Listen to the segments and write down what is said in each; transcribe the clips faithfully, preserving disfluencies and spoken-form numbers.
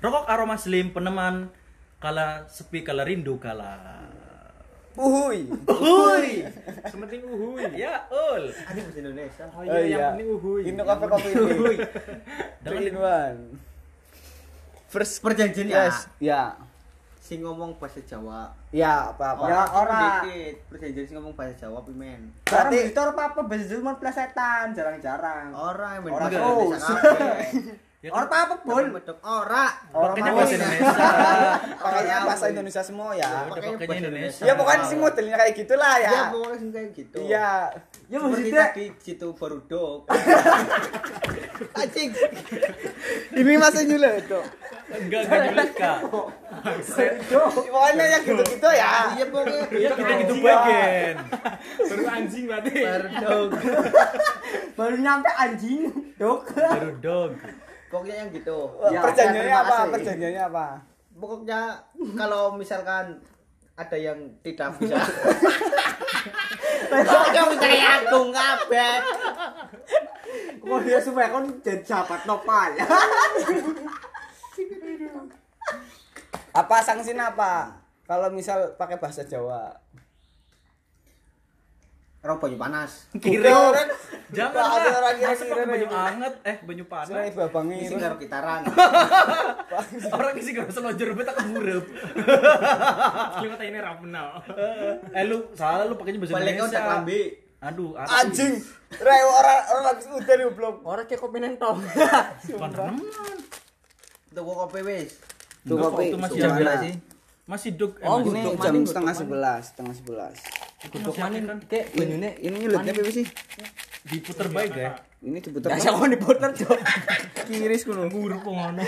Rokok aroma slim peneman kala sepi kala rindu kala Uhuy. Uhuy. Sementing uhuy. Ya, ul. Ada bahasa Indonesia. Oh Oh, iya, yang iya. penting uhuy. Indo kafe kopi ini. Dengan Three in one. First Perjanjian ya. yes. Ya. Sing ngomong bahasa Jawa. Ya, apa-apa. Ya Ora. ora dikit. Perjanjian sing ngomong bahasa Jawa pimen. Berarti itu apa-apa bahasa Jerman plesetan, jarang-jarang. Ora men Ora bahasa terus. Indonesia kabeh. ya Orang kan, apa pun. Medok ora. pakainya mau bahasa ini. Indonesia. Pakainya bahasa Indonesia semua ya. Udah Pakainya pakainya bahasa Indonesia. Ya pokoknya sih modelnya kayak gitulah ya. Ya pokoknya sing kayak gitu. Iya. Ya Seperti maksudnya tadi situ baru dok. Anjing. Ini masa nyule itu. Enggak, enggak nyulik, Kak. Pokoknya yang gitu-gitu ya. Iya pokoknya Iya, kita gitu Anjing, bagian. Baru anjing berarti. baru dok. baru nyampe anjing, Dok. Baru dog. Pokoknya yang gitu. Ya, Perjanjiannya terima apa? kasih. Perjanjiannya apa? Pokoknya kalau misalkan ada yang tidak bisa pokoknya mencari aku kabeh. Kok dia supaya kon jadi sahabat nopal. Apa sanksinya apa? Kalau misal pakai bahasa Jawa. Rong banyu panas. Kira Bukan. jangan Ada lah. orang kira Masa kira pakai baju nih. anget, eh baju panas. Surai babangi. Sing karo gitaran. Orang isi gak selonjor bet tak keburep. Lima tahun ini rapunal. Eh lu salah lu pakainya bahasa Balik Indonesia. udah klambi. Aduh, aduh. Anjing. Rai orang orang lagi udah nih belum. Orang kayak kopi nentong. Bukan teman. Tuku kopi wis. Tuh Enggak, kopi waktu masih jam ada. berapa sih? Masih dug. eh, Oh, masih- ini Guduk jam maning, setengah guduk sebelas, setengah sebelas. Guduk Masih maning kan? kayak Banyune ini nyulutnya apa sih? diputer baik ya. Ini diputar. biasa kok diputer, Cok. Kiris kuno. Guru pengono.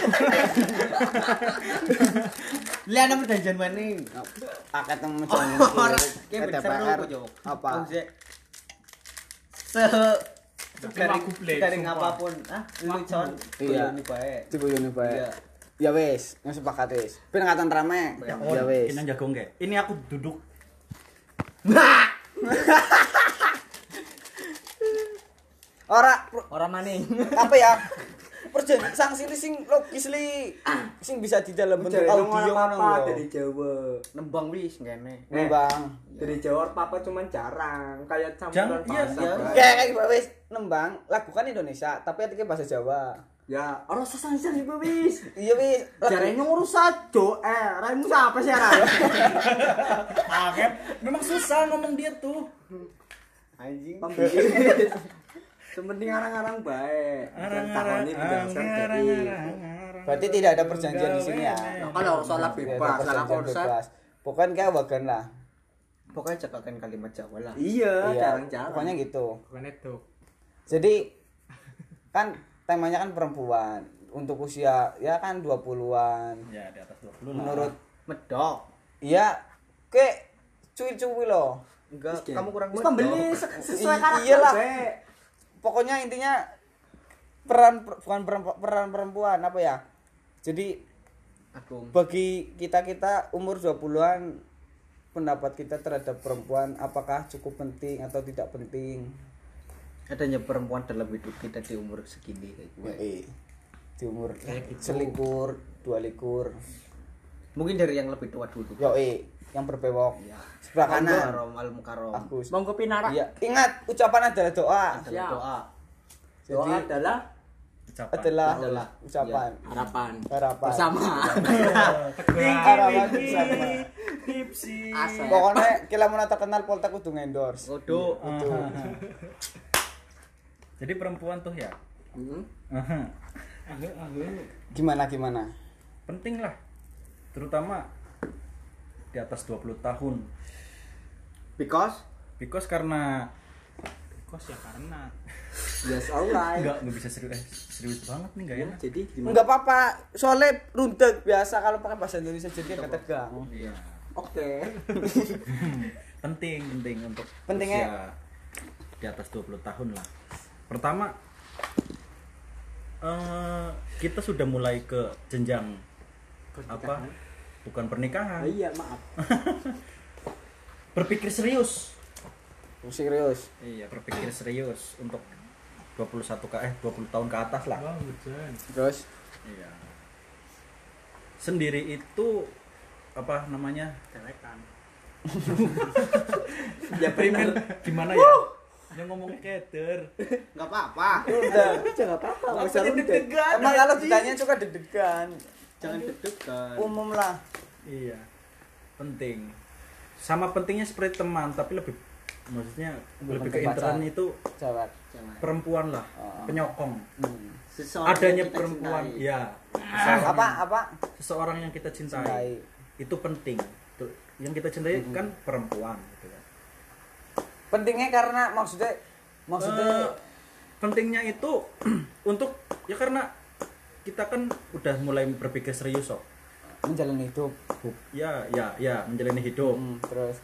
Lihat ada perjanjian maning. Pakai temen macam Ora ki K T P seru R. kok, Jok. Apa? Wong sik. Se garing aku play, garing sumpah. apapun. Ah, lu con. Iya. Ini bae. Coba yo bae. Iya. Ya wes, yang sepakat wes. Ben ngatan rame. Ya, Ya wes. Ini jagong kayak. Ini aku duduk. Ora Orang maning. apa ya? Perjanjian sanksi ini sing logis li. Sing bisa di dalam bentuk Jadi audio ngomong ngono apa lho. dari Jawa. Nembang wis ngene. Nih, Bang. Dari Jawa apa cuman jarang, kayak campuran Jangan- iya, bahasa. iya. Bang. Kayak kayak wes nembang, lagu kan Indonesia, tapi artinya bahasa Jawa. Ya, orang sesang-sesang ibu wis. Iya wis. Jarene ngurus aja. Eh, raimu siapa sih, Rai? Paket. Memang susah ngomong dia tuh. Anjing. Pembeli. Sementing arang-arang baik. Arang-arang, Takoni menjelaskan dari. arang-arang. Berarti tidak ada perjanjian di sini ya. Kalau soal Tidak ada bebas, salah perjanjian konsep. bebas. Pokoknya kayak wagan lah. Pokoknya cekakan kalimat Jawa lah. Iya, Iya, jarang-jarang. pokoknya gitu. Bukan itu. Jadi kan temanya kan perempuan untuk usia ya kan dua puluhan. Ya, di atas dua puluh lah. Menurut Medok. iya kayak cuy-cuy loh. Enggak, Oke. kamu kurang Wis medok. pembeli se- sesuai I- karakter. iyalah. Be. Pokoknya intinya peran per- bukan peran, peran perempuan apa ya? Jadi Aku. bagi kita-kita umur dua puluhan pendapat kita terhadap perempuan apakah cukup penting atau tidak penting? Adanya perempuan dalam hidup kita di umur segini kayak gue. Eh, di umur Kayak gitu. selikur, dua likur. Mungkin dari yang lebih tua dulu. Yo eh, yang berbewok. Ya. Sebelah kanan. Karom, al mukarom. Agus. Monggo pinara. Iya, ingat ucapan adalah doa. Adalah Siap. doa. Doa Jadi adalah Ucapan. adalah Adalah. ucapan Harapan. harapan. Bersama. Harapan bersama. Tipsi. Asa. Pokoknya kila mun tak kenal Poltek kudu endorse. Kudu. Kudu. Jadi perempuan tuh ya. Hmm. aha, Aku aku Gimana gimana? penting lah. Terutama di atas dua puluh tahun. Because Because karena kos ya karena yes alright. enggak enggak bisa serius eh, serius banget nih enggak Ya, enak. jadi gimana? Enggak apa-apa, soalnya runtek biasa kalau pakai bahasa Indonesia jadi agak tegang. Iya. Oke. Penting penting untuk Pentingnya- usia di atas dua puluh tahun lah. Pertama eh kita sudah mulai ke jenjang apa? Bukan pernikahan. Ah, iya, maaf. Berpikir serius. Serius. Iya, berpikir serius untuk dua puluh satu ke eh dua puluh tahun ke atas lah. Wah, hujan. Terus Iya. sendiri itu apa namanya? Cewekan. Ya primer gimana ya? Yang ngomong keder. Enggak apa-apa. Udah. Jangan apa-apa. Apa Masalah jadi udah. deg-degan? Emang kalau ditanya suka deg-degan. Jangan deg-degan. Umum lah. Iya. Penting. Sama pentingnya seperti teman, tapi lebih maksudnya Lebih lebih ke penting interan pacar. itu Jawab. Jangan. perempuan lah, Oh. penyokong. Hmm. Seseorang Adanya yang kita perempuan, cintai. ya. Apa apa? Seseorang yang kita cintai, Cintai. itu penting. Tuh, yang kita cintai Hmm. kan perempuan gitu kan. Pentingnya karena maksudnya maksudnya Eh, pentingnya itu untuk ya karena kita kan udah mulai berpikir serius kok. menjalani hidup. Hu- Ya, ya, ya menjalani hidup. Hmm, terus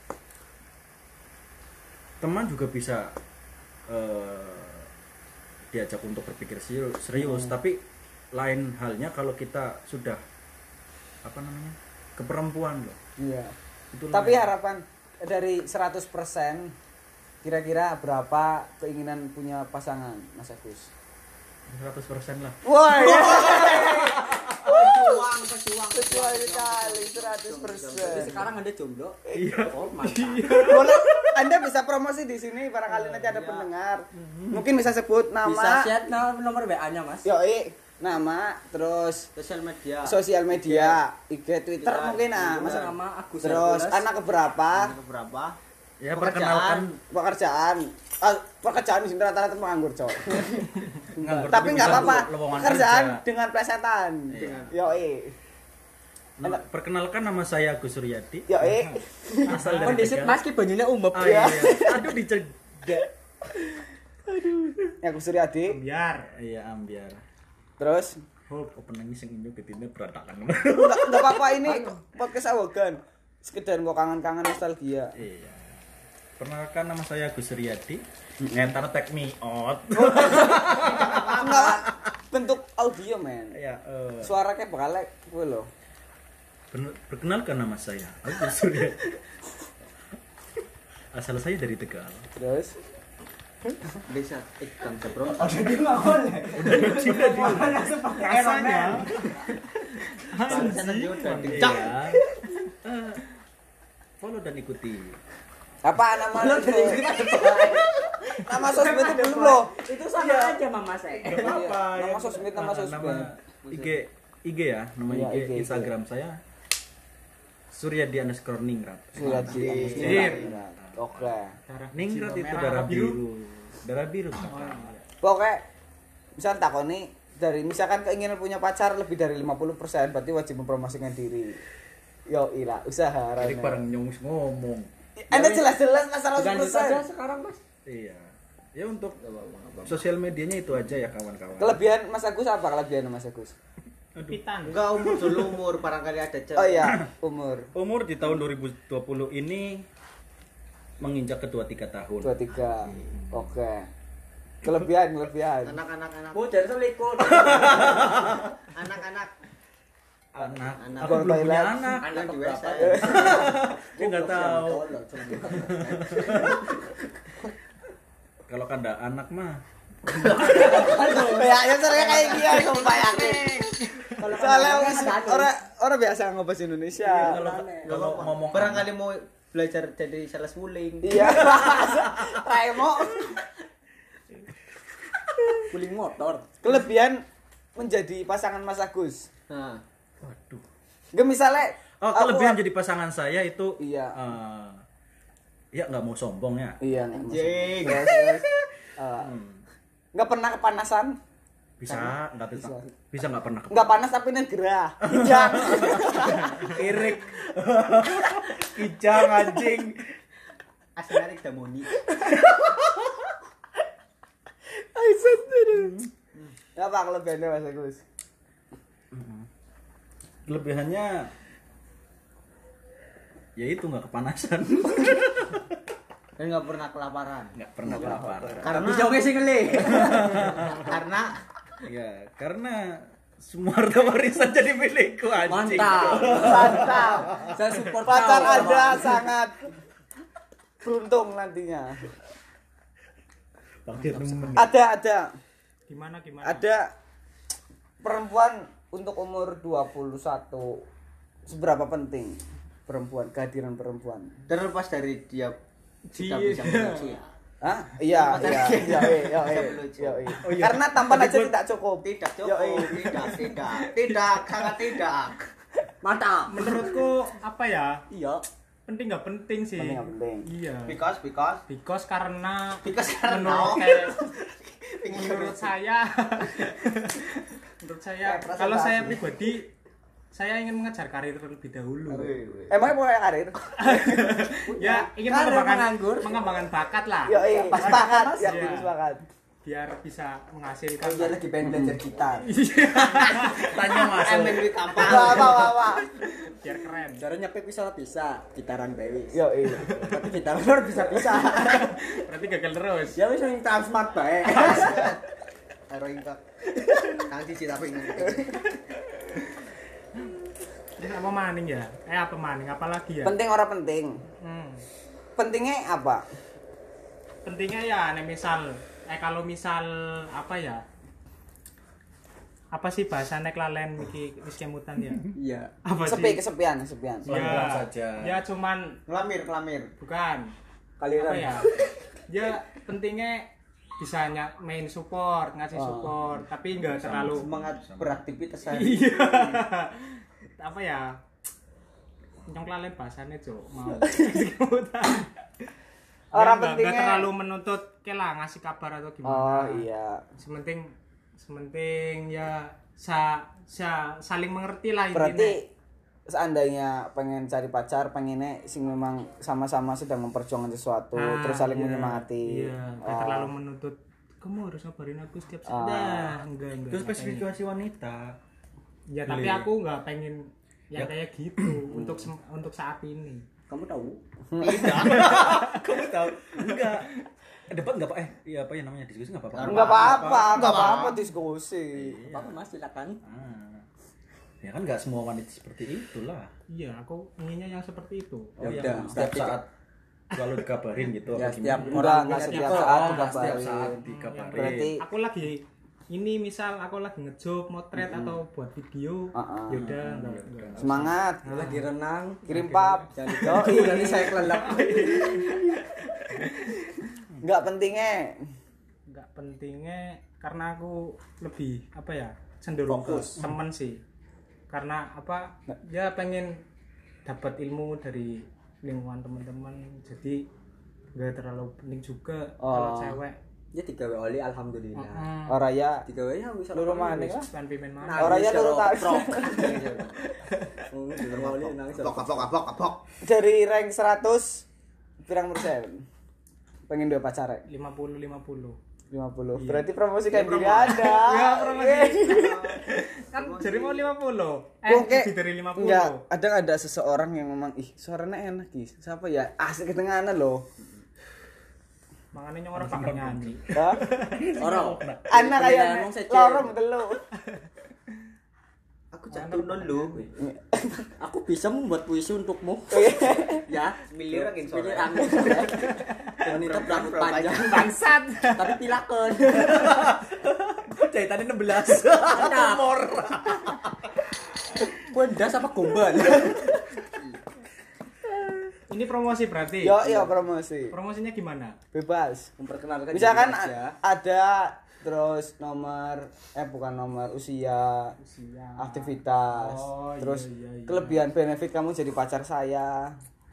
Teman juga bisa eh, diajak untuk berpikir serius, serius. Hmm. Tapi lain halnya kalau kita sudah apa namanya? Keperempuan loh. iya. Itu Tapi lain. harapan dari seratus persen kira-kira berapa keinginan punya pasangan Mas Agus? seratus persen lah. Wah, ya. Pejuang, pejuang. Sesuai sekali seratus Jadi persen. sekarang Anda jomblo. Iya. Oh, mantap. Boleh Anda bisa promosi di sini barangkali nanti ada pendengar. Mungkin bisa sebut Bisa nama. share no- nomor W A-nya, Mas. Yoi, nama, terus Sosial media. sosial media, I G, Twitter Iya, mungkin ah, Mas Mas. nama Agus Terus Hercules. anak keberapa? Ada beberapa. Ya Pekerjaan. perkenalkan Pekerjaan. Ah, pekerjaan di sini rata-rata penganggur, Cok. nganggur, Tapi nggak bisa apa-apa. lowongan Pekerjaan kerja. dengan plesetan. Iya. Yoi. Nah, perkenalkan nama saya Agus Suryadi. Yoi. Asal dari Kondisi Tegal. Mas ki banyune umep. Ah, Iya. iya. Aduh dicegak. Ya Gus Suryadi. Biar. Iya, ambiar. Terus Hope opening sing inyo ketine berantakan. enggak enggak apa-apa ini podcast awogan. Sekedar kok kangen-kangen nostalgia. Iya. Perkenalkan nama saya Agus Suryadi. Ntar take me out. Enggak bentuk audio, men. Ya, eh, Suara kayak bekalek kuwi lho. bener- perkenalkan nama saya Agus Suryadi. Asal saya dari Tegal. Terus Desa Ikang Jebro. Udah nyuci tadi. Rasanya. Sana juga udah di- Iya. Eh, follow dan ikuti. apa nama lu? Nama sosmed itu belum loh. Itu sama aja Mama saya. Gak apa-apa. Nama ya. sosmed, nama Ah, sosmed. nama I G I G ya, nama Iya, I G, I G, Instagram saya Suryadi underscore Ningrat. Suryadi. Dir. Oke. Ningrat itu Merah darah apa biru? biru. Darah biru kakak. Pokoknya misal takoni dari misalkan keinginan punya pacar lebih dari lima puluh persen berarti wajib mempromosikan diri. Yo ilah usaha. Jadi Rane. bareng nyungus ngomong. Anda jelas-jelas masalah Ganti saja persen. sekarang, Mas. Iya. Ya untuk sosial medianya itu aja ya kawan-kawan. Kelebihan Mas Agus apa kelebihan Mas Agus? Pitan. Enggak umur dulu umur barangkali ada cewek. Oh iya, umur Umur di tahun dua ribu dua puluh ini menginjak ke dua puluh tiga tahun. dua puluh tiga. Oke. Kelebihan, kelebihan. Anak-anak anak. Bu, dari selingkuh. Anak-anak. Anak. Anak. Aku belum punya Toilet. anak. Anak di W S. Dia nggak tahu. Kalau kada anak mah Kayaknya sering kayak gini sumpah yakin. Kalau Soalnya kan wis- ada. orang orang biasa ngobas Indonesia. kalau kalau ngomong Barangkali mau belajar jadi sales wuling. Iya. Raimo. Guling motor. Kelebihan menjadi pasangan Mas Agus. Nah, waduh. Gak misalnya Oh, aku- kelebihan jadi pasangan saya itu Iya. eh, ya nggak mau sombong ya. Iya nih. Anjing. Terus, terus, eh, nggak pernah kepanasan, Bisa nggak bisa bisa nggak pernah ke- nggak panas tapi negerah. Kijang. irik kijang anjing. Asnarik Damoni. Aisyah terus. Apa kelebihannya Mas Agus? Kelebihannya ya itu nggak kepanasan. Dan nggak pernah kelaparan. Nggak pernah kelaparan. Karena Bisa oke sing ngeli. karena Ya karena semua harta warisan jadi milikku anjing. Mantap. Mantap. Saya support Pacar kau, Anda Bang. sangat beruntung nantinya. Bang Dir nemen. Ada ada Gimana gimana? ada perempuan untuk umur dua puluh satu seberapa penting perempuan, kehadiran perempuan? Terlepas dari dia tidak Iya. bisa melucu ya. Hah? Iya, iya, iya, iya, iya, iya, iya. Karena tampan aja tidak cukup. Tidak Yo, cukup, iya. tidak, tidak, tidak, sangat tidak. Mantap. Menurutku apa ya? Iya. Penting nggak penting sih. Penting nggak penting. Iya. Because, because, Because karena because karena menurut kayak, menurut saya menurut saya Kayak presentasi. kalau saya pribadi saya ingin mengejar karir terlebih dahulu. Emangnya mau kayak karir? Ya, ingin Karir mengembangkan menganggur. mengembangkan bakat lah. Yo, iya, sepakat, ya, Iya. sepakat. Biar bisa menghasilkan. Kalau dia lagi pengen belajar gitar. Tanya Mas. I mean with apa? Wah, wah, wah, wah. Biar keren. Caranya Pep bisa bisa, gitaran bae. Yo, iya. Tapi gitaran luar bisa bisa. Berarti gagal terus. Ya wis sing transmart bae. Taruh ingkak. Nanti sih tapi ini. Ini apa maning ya? Eh apa maning? Apalagi ya? Penting orang penting. Hmm. Pentingnya apa? Pentingnya ya nih misal eh kalau misal apa ya? Apa sih bahasa nek lalen iki wis kemutan ya? Iya. Apa Sepi, sih? kesepian, kesepian. Pelan-pelan Ya, saja. ya cuman Ngelamir, ngelamir. bukan Kaliran. apa ya? Ya pentingnya bisa ny- main support, ngasih support, tapi enggak terlalu Semangat beraktivitas saya. iya. Apa ya? Nyong lalen bahasanya, Cuk. Mau. Orang Nggak- pentingnya- nggak terlalu menuntut kelah ngasih kabar atau gimana. Oh, iya. Sementing sementing ya sa, sa saling mengerti lah intinya. Berarti seandainya pengen cari pacar, pengennya sing memang sama-sama sedang memperjuangkan sesuatu, Ah, terus saling iya, menyemangati. Iya, nggak Oh. terlalu menuntut kamu harus ngabarin aku setiap saat. Ah. Dah, enggak enggak. Itu nggak spesifikasi wanita. kayak- Ya, tapi Boleh. aku nggak pengen yang Ya. kayak gitu untuk sem- untuk saat ini. Kamu tahu? Kamu tahu? Enggak. Eh, debat enggak Pak? Eh, iya apa ya namanya diskusi enggak apa-apa. Enggak apa-apa, enggak Nggak apa-apa apa-apa. diskusi. Apa Mas silakan. Ah. Ya kan enggak semua wanita seperti itulah. Iya, aku inginnya yang seperti itu. Oh, Ya yang udah, setiap tapi- saat selalu dikabarin gitu. Ya, apa setiap gimana? Enggak, orang enggak punya setiap tipe. saat Oh, dikabarin. setiap saat dikabarin. Berarti Aku lagi ini misal aku lagi ngejob, motret atau buat video, Ah, ah. ya udah enggak enggak. semangat, Lagi renang, kirim pap. jangan Yo, diganggu nanti saya kelelep. enggak pentingnya. Enggak pentingnya karena aku lebih apa ya? Cenderung ke Fokus. temen sih. Karena apa? Ya pengen dapat ilmu dari lingkungan teman-teman. Jadi enggak terlalu penting juga kalau Oh. cewek. Ya tiga W oli alhamdulillah. Heeh. Ora ya Tiga W ya bisa lu rumah nih lah. Kan pimen mana? Nah, Orang ya bisa luru rock, tak. rock. Oh, tiga W oli nangis. Apok, apok, apok, apok. Dari rank seratus pirang persen? Pengen dua pacar ya? lima puluh lima puluh. lima puluh. Berarti promosikan Iya, diri promo. ada. Ya, promosi. Kan jadi mau lima puluh. Eh, Oke. lebih dari lima puluh. Enggak, ada nggak ada seseorang yang memang ih suaranya enak ih. Siapa ya? Asik ketengahan loh. Makanya nyong orang pakai nyanyi. Hah? Orang. Anak kayak Ngomong saja. lorong telu. Aku jatuh dulu. Aku bisa membuat puisi untukmu. Ya, Miliar angin sore. miliar angin. Wanita berambut panjang, Bangsat. tapi pilakon. Jahitannya enam belas. Nomor. Pendas apa gombal? Ini promosi berarti. Yo yo promosi. Promosinya gimana? Bebas. Memperkenalkan Misalkan diri a- aja. ada terus nomor eh bukan nomor usia, Usia. aktivitas, Oh, iya, terus iya, iya. kelebihan benefit kamu jadi pacar saya.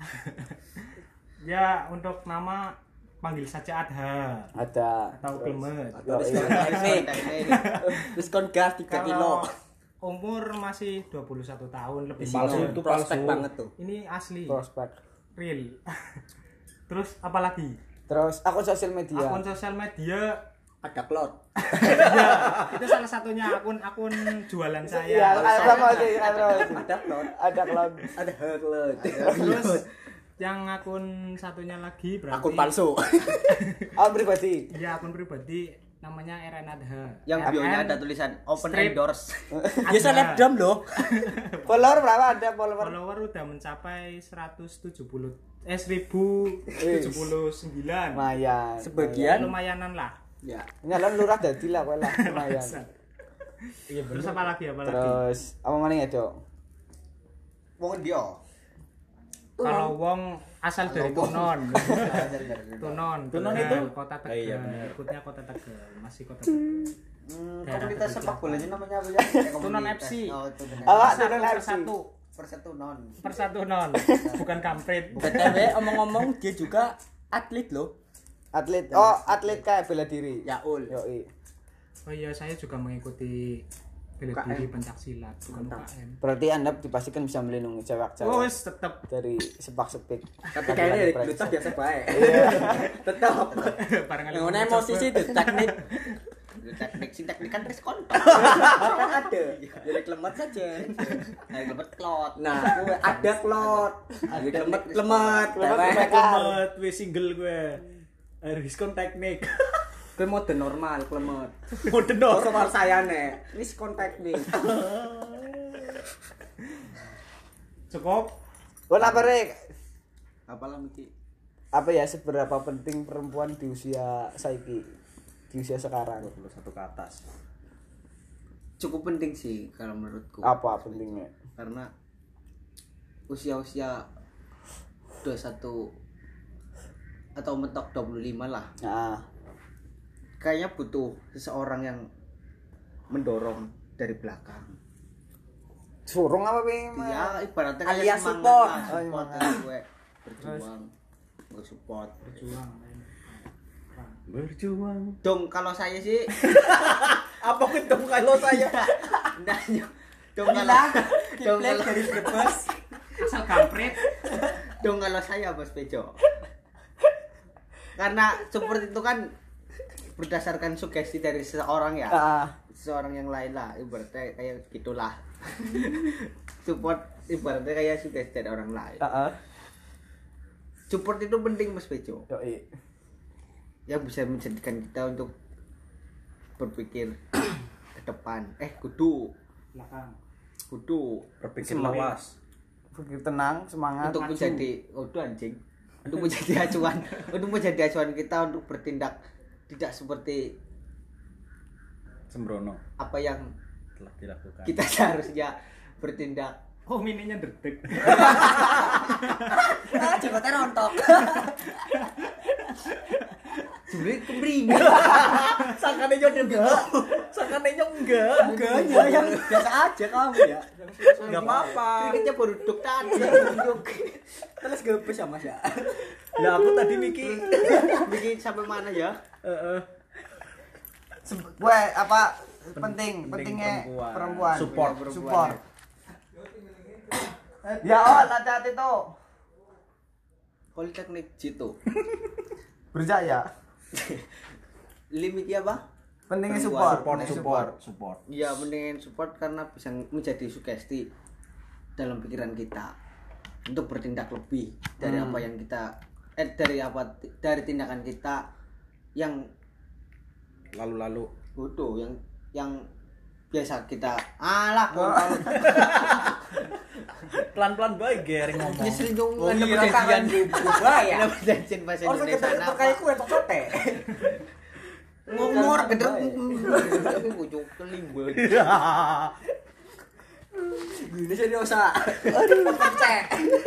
Ya, untuk nama panggil saja Adha Ada. atau Klemet. Yo, Diskon iya. teknik. Diskon gas tiga kilo. Kalau umur masih dua puluh satu tahun lebih Palsu muda. itu Prospek palsu. banget tuh. Ini asli, Prospek. real. Terus apa lagi? Terus akun sosial media. Akun sosial media. Ada cloud. Ya, itu salah satunya akun akun jualan Iya, saya. ada promosi, ada promosi. Ada cloud. Ada cloud. Ada cloud. Terus yang akun satunya lagi berarti Akun palsu. Akun pribadi. Iya, akun pribadi namanya R N Adha. Yang R N bio-nya ada tulisan open strip endorse. Dia selebgram loh. Follower berapa ada follower? follower udah mencapai seratus tujuh puluh eh seribu tujuh puluh sembilan. Lumayan. Sebagian. Lumayanan lah. Ya. Nyalon lurah dadi lah kowe lah lumayan. Iya Terus apa lagi apa lagi? Terus apa mana ya, Cok? Wong dia. Kalau wong asal dari Tunon. Tunon. Tunon Tegal, itu? kota Oh, iya, Tegal. benar. Ikutnya kota Tegal, masih kota Tegal. Hmm, Daerah komunitas terkecil. sepak bolanya namanya apa ya? Tunon Komunitas. F C. Oh, Tunon Awak F C. Tunon F C. Persatu. Persatu non. Persatu non. Bukan kampret. B T W omong-omong dia juga atlet loh. Atlet. Oh, atlet kayak bela diri. Yaul. Yoi. Oh iya, saya juga mengikuti bela U K M. diri pencak silat, bukan U K M. Berarti Anda dipastikan bisa melindungi cewek-cewek Oh, wis tetep dari sepak-sepik. Tapi kayaknya dari Kluta biasa baik. Tetap. barengan Yang mana emosi sih itu teknik. Teknik sing teknik kan respon. Kan ada. Jadi klemet saja. Ayo lebet klot. Nah, gue ada klot. Ada klemet klemet. Klemet, Klemet, wis single gue. Air diskon teknik. Gue mode normal klemet. Mode Oh, dong. sama saya nih. Wis kontak nih. cukup. Oh, apa Rek? Apalah Miki? Apa ya seberapa penting perempuan di usia saiki? Di usia sekarang. dua puluh satu ke atas. Cukup penting sih kalau menurutku. Apa pentingnya? Karena usia-usia dua puluh satu atau mentok dua puluh lima lah. Nah, Kayaknya butuh seseorang yang mendorong dari belakang. surung apa Bim? Ya ibaratnya kayak Alias semangat support. lah, Oh, support semangat. lah gue berjuang. Gue support. Berjuang. Berjuang. Dong kalau saya sih Apa itu kalau saya? nah, dong kalau dong Kiplek kalau dari Brebes. Asal kampret. dong kalau saya Bos Bejo. Karena support itu kan berdasarkan sugesti dari seseorang ya. Ah, Seseorang yang lain lah, ibaratnya kayak gitulah. Support ibaratnya kayak sugesti dari orang lain. ah, ah. Support itu penting Mas Bejo. Yoi. Yang bisa menjadikan kita untuk berpikir ke depan. Eh, kudu, Belakang. kudu Berpikir Semangat. lawas. Pikir tenang, semangat. untuk menjadi kudu anjing. Untuk menjadi acuan, untuk menjadi acuan kita untuk bertindak tidak seperti Sembrono apa yang telah dilakukan. kita seharusnya bertindak. Oh, mininya dedek. Ah, jengotnya rontok. Sebenarnya kembring. Sakane nyong enggak. Sakane nyong enggak. Enggak aja yang biasa aja kamu ya. Enggak apa-apa. Keringetnya baru duk tadi. Terus gepes ya Mas ya. Lah aku tadi mikir. Bikin sampai mana ya? Heeh. Gue apa penting penting pentingnya perempuan. perempuan. Support. Perempuan. Support. Ya, oh, hati-hati tuh. Politeknik Jitu. Berjaya. Limit apa? Pentingnya Perempuan. support. Support, pentingnya support, support. Iya, mendingan support karena bisa menjadi sugesti dalam pikiran kita untuk bertindak lebih dari Hmm. apa yang kita eh dari apa dari tindakan kita yang Lalu-lalu. bodoh yang yang biasa kita alah kontol Pelan-pelan baik Gering ngomong. nyesel dong Oh, ada iya, perjanjian Wah ya. ada perjanjian bahasa Orang Indonesia kita apa kayak kue tokote. ngomor geder aku bujung kelimbul Ini jadi usah. Aduh, pecek.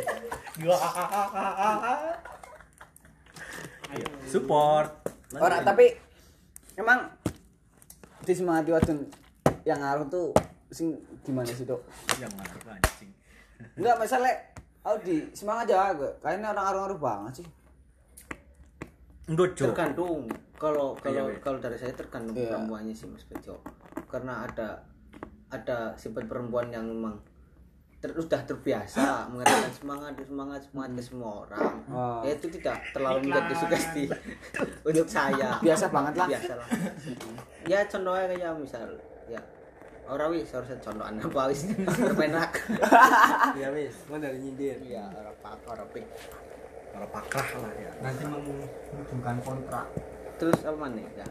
Support. Ora, tapi emang disemangati wadon yang ngaruh tuh sing gimana sih, Dok? Yang ngaruh anjing. Enggak, masalah aku di semangat aja gue. Kayaknya orang ngaruh-ngaruh banget sih. Enggak, Cok. tergantung kalau kalau Iya, iya. kalau dari saya tergantung Iya. perempuannya sih Mas Bejo karena ada ada sifat perempuan yang memang ter, sudah terbiasa mengatakan semangat semangat semangat ke semua orang Oh. ya itu tidak terlalu Iklan. menjadi sugesti untuk saya Biasa banget lah. biasa lah ya contohnya kayak misal ya orang wis harusnya contohan apa wis berpenak Ya wis, mau dari nyindir. ya orang pak orang pik Kalau pakrah lah ya. Nanti menghubungkan kontrak. terus apa nih ya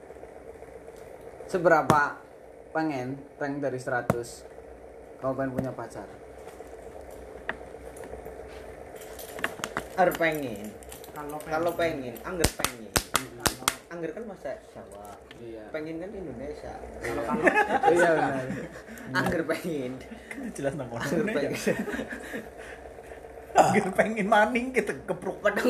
Seberapa pengen rank dari seratus kamu pengen punya pacar? harus pengen Kalau kalau pengen anggap pengen angger kan masa Jawa. Iya. Pengen kan Indonesia. Iya benar. Angger pengen. Jelas nang kono. Angger pengen. Angger pengen maning kita kepruk Padang.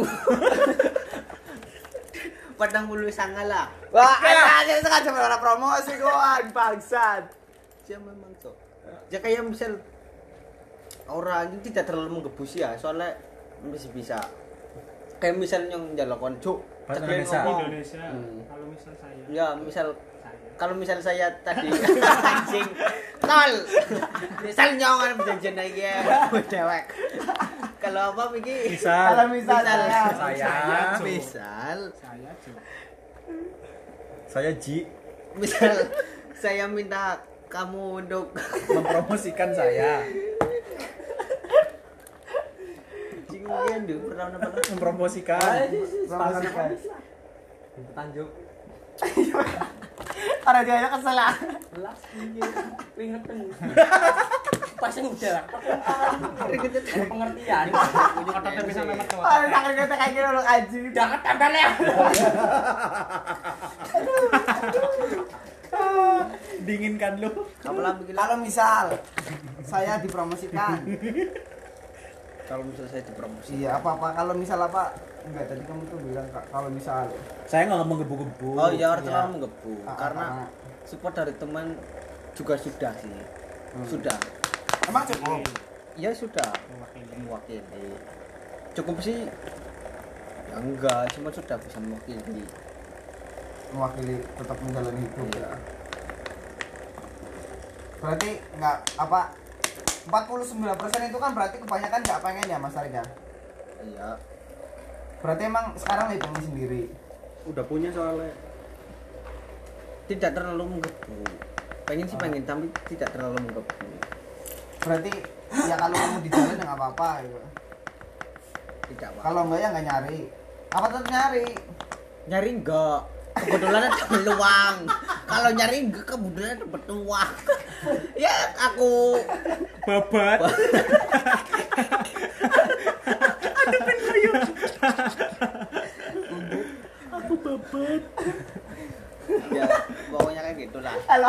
Padang bulu sangala. Wah, ada sengaja ora promosi koan bangsat. Dia memang cok. Ya kayak misal orang ini tidak terlalu menggebus ya, soalnya masih bisa. Kayak misal yang jalakon cuk. Bahasa ceklek Indonesia. ngomong. Indonesia. Hmm. Kalau misal saya. Ya misal Saya. kalau misal saya tadi anjing tol misal nyongan berjanjian lagi ya dewek kalau apa Miki Misal. Kalau misal Misal. saya Saya. misal Saya Cuk. Saya Ji misal saya minta kamu untuk mempromosikan saya. cinggian dulu pernah pernah Mempromosikan. promosikan. Tanjuk. Ora dia kesel ah. Belas ringeten. Pas udah. Pengertian. Ujung otot bisa memet tuh. Ora tak kata kayak gini lo aji. Udah ketempel ya. Dinginkan lu. apalah begini Kalau misal saya dipromosikan. kalau misal saya dipromosi Iya, apa-apa kalau misal apa? Enggak, tadi kamu tuh bilang Kak, kalau misal Saya nggak ngomong gebu-gebu. oh iya orang Iya. terlalu menggebu Ah, karena ah, ah. support dari teman juga sudah sih sudah emang cukup. ya sudah mewakili cukup sih ya enggak cuma sudah bisa mewakili Mewakili tetap menjalani hidup Iya. ya. Berarti enggak apa empat puluh sembilan persen itu kan berarti kebanyakan enggak pengen ya Mas Arik ya? iya Berarti emang sekarang lagi pengen sendiri. Udah punya soalnya. tidak terlalu menggebu pengen sih Ah. pengen tapi tidak terlalu menggebu Berarti ya kalau kamu di jalan ya nggak apa-apa gitu. tidak apa Kalau enggak ya nggak nyari. Apa tetap nyari? nyari enggak kebetulan ada peluang kalau nyari enggak kebetulan ada peluang ya aku Babat. Aku babat. ya pokoknya kayak gitulah Halo.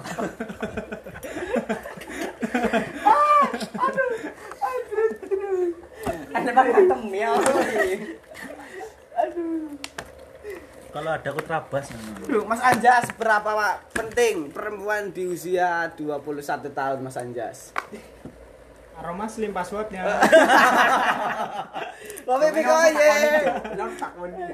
Ada pakai temil. Kalau ada aku terabas. Duh, Mas Anjas, berapa Pak penting perempuan di usia dua puluh satu tahun Mas Anjas? Aroma slim passwordnya. Kopi piko ye. Bilang takon dia.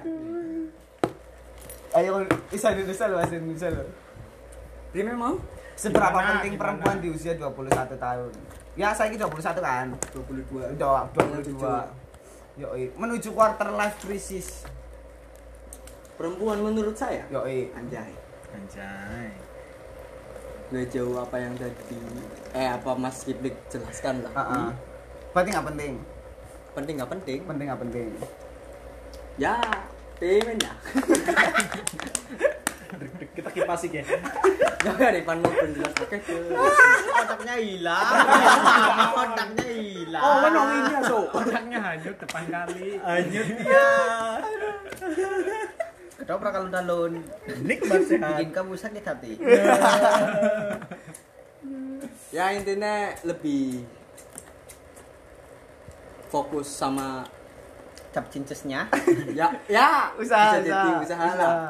Ayo bisa Indonesia loh, bahasa Indonesia loh. Dia memang Seberapa Gimana? penting Gimana? perempuan di usia dua puluh satu tahun? Ya, saya ini dua puluh satu kan? dua puluh dua. Udah dua puluh dua. Yoi, menuju quarter life crisis. Perempuan menurut saya. Yoi. Anjay. Anjay. Gak jauh apa yang tadi eh apa Mas Kiplik jelaskan lah. Heeh. Berarti nggak penting. Penting nggak penting? Penting nggak penting. Ya, temen ya. Kita kipasik ya. Gak ada Ipan mau penjelas pakai ke. otaknya hilang otaknya hilang Oh, kan ini ya, so. Otaknya hanyut depan kali. Anyut ya. ketoprak kalau dalun Nikmat sehat. bikin kamu sakit hati Ya intinya lebih fokus sama cap cincesnya ya ya Usaha, bisa jadi usaha, usaha lah.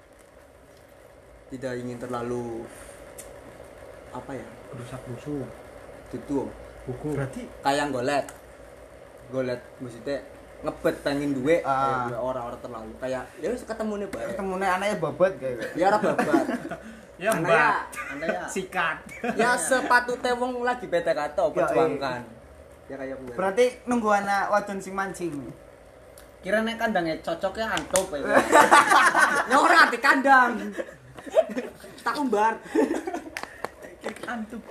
Tidak ingin terlalu apa ya Rusak busuk. tutup Buku. Berarti kayak golet golet maksudnya ngebet pengen duit Ah. kayak orang-orang terlalu kayak ya wis ketemu nih bae Ketemunya anaknya bobot kayak gitu. ya ora babat Ya Karena mbak. anda ya Sikat. ya sepatu tewong lagi P T K to Ya, perjuangkan ya kayak gue Berarti nunggu anak wadon sing mancing. kira nek kandangnya cocoknya antup ya ya ora di kandang tak umbar antuk.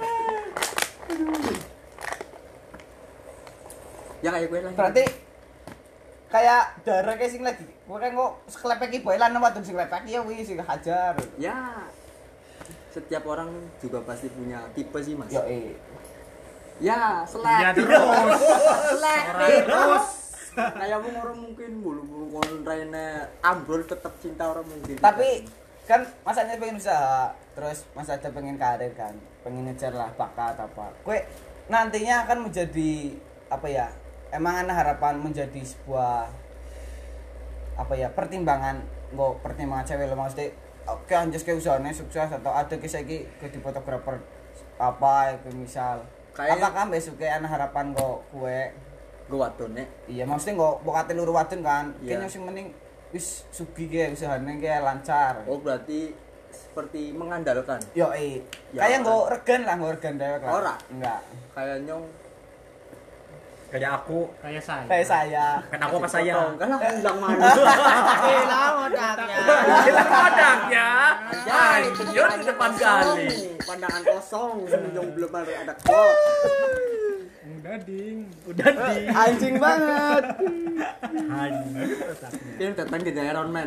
ya kayak gue lagi Berarti kayak darah kayak sing lagi. Kowe kan kok seklepeki bae lan wadon sing lepeki ya wis sing hajar. ya setiap orang juga pasti punya tipe sih mas Yo eh. ya Ya selek terus. selek Orang terus. Kayakmu orang mungkin bulu-bulu kon rene ambrol tetap cinta orang mungkin. Tapi kan masanya pengen usaha, terus Mas ada pengen karir kan, pengen ngejar lah bakat apa. Kue nantinya akan menjadi apa ya? Emang ana harapan menjadi sebuah apa ya pertimbangan, nggak pertimbangan cewek lo maksudnya. Oke anjas ke usahanya sukses atau ada kisah iki ke di fotografer apa itu misal. Kayak- Apakah besok ke ana harapan kok kue? gue wadone. Iya maksudnya nggak bokate luru wadon kan. Iya. Kayaknya sing mending wis sugi ke usahanya ke lancar. Oh berarti seperti mengandalkan. Yo eh, Ya, kayak nggak regan lah, nggak regan dewek lah. Ora. Enggak. Kayak nyong Kayak aku, Kayak saya. Kayak saya. kan aku apa saya? kan aku bilang mana. Hilang odaknya. Kita kodaknya. Lanjut di depan kali. Pandangan kosong, semenjong belum ada kok. Udah ding. Udah di. Anjing banget. Anjir. Dia datang ke Iron Man.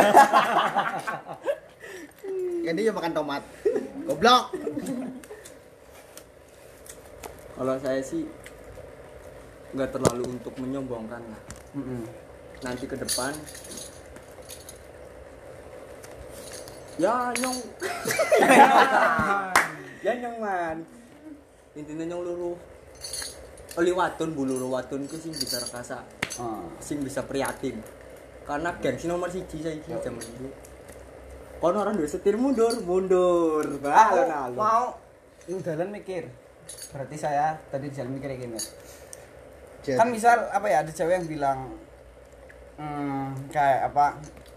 Ini juga makan tomat. Goblok. Kalau saya sih nggak terlalu untuk menyombongkan lah. Mm-mm. Nanti ke depan ya nyong ya nyong man intinya nyong luru oli watun bu luru watun ku sing bisa rekasa Oh. sing bisa prihatin karena gengsi nomor siji saya iki zaman itu kono orang dua setir mundur mundur Aku alon-alon. mau yang jalan mikir. Berarti saya tadi di jalan mikir gini. Kan misal apa ya ada cewek yang bilang hmm, kayak apa?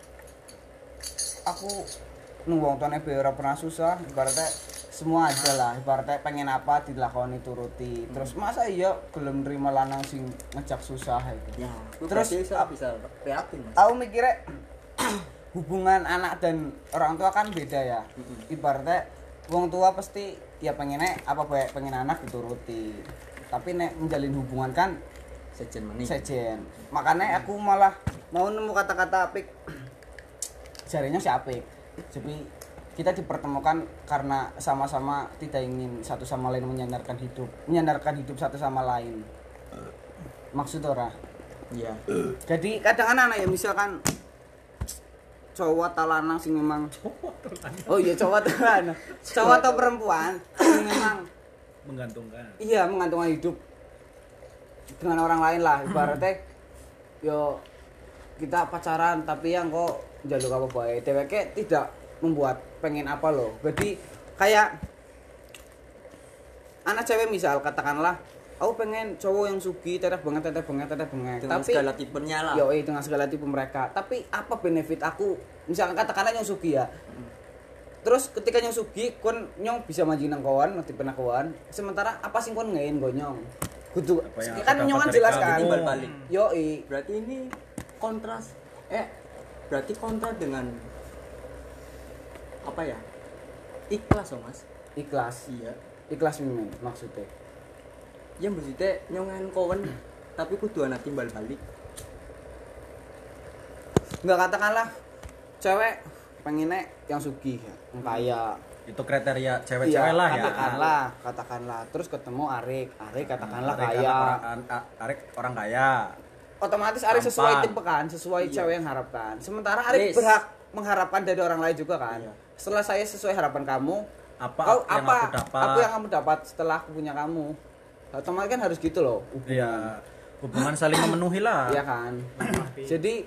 Aku nunggu tuane be ora pernah susah, ibaratnya semua ada lah, ibaratnya pengen apa dilakoni turuti. Terus masa iya gelem nerima lanang sing ngejak susah itu. Ya, Terus, terus bisa ap- bisa prihatin mas. Aku mikirnya hubungan anak dan orang tua kan beda ya. Ibaratnya wong tua pasti ya pengennya apa baik pengen anak dituruti. Tapi nek menjalin hubungan kan Sejen manis. sejen. Makanya aku malah mau nemu kata-kata apik. Jarinya si apik. Jadi kita dipertemukan karena sama-sama tidak ingin satu sama lain menyandarkan hidup, menyandarkan hidup satu sama lain. Maksud ora? Iya. Jadi kadang anak ya misalkan cowok atau lanang sing memang oh iya cowok atau lanang cowok atau perempuan sing memang Menggantungkan. iya menggantungkan hidup dengan orang lain lah ibaratnya yo kita pacaran tapi yang kok jaluk apa baik dheweke tidak membuat pengen apa loh jadi kayak anak cewek misal katakanlah aku pengen cowok yang sugi teteh banget teteh banget teteh banget Dengan tapi segala tipenya lah. yo dengan segala tipe mereka tapi apa benefit aku misalkan katakanlah yang sugi ya terus ketika nyong sugi kon nyong bisa maju nang kawan ngerti pernah kawan sementara apa sih kon ngein go nyong kudu Apa yang kan aku nyong kan dapat jelas dari kan kamu. Timbal balik. yo Berarti ini kontras eh berarti kontra dengan apa ya? Ikhlas oh mas. ikhlas Iya. ikhlas mimin maksudnya Ya maksudnya nyongan kawan tapi kudu anak timbal balik. nggak katakanlah cewek pengennya yang sugi yang kaya Itu kriteria cewek-cewek lah ya. katakanlah katakanlah terus ketemu Arik Arik katakanlah Arek kaya anak orang, a- Arek orang kaya. otomatis Arik sesuai Tampan. tipe kan sesuai Iya. cewek yang harapkan sementara Arik Yes. berhak mengharapkan dari orang lain juga kan Iya. setelah saya sesuai harapan kamu Apa kau yang apa aku dapat? apa yang kamu dapat setelah aku punya kamu otomatis kan harus gitu loh Iya. Hubungan saling memenuhi lah. iya kan jadi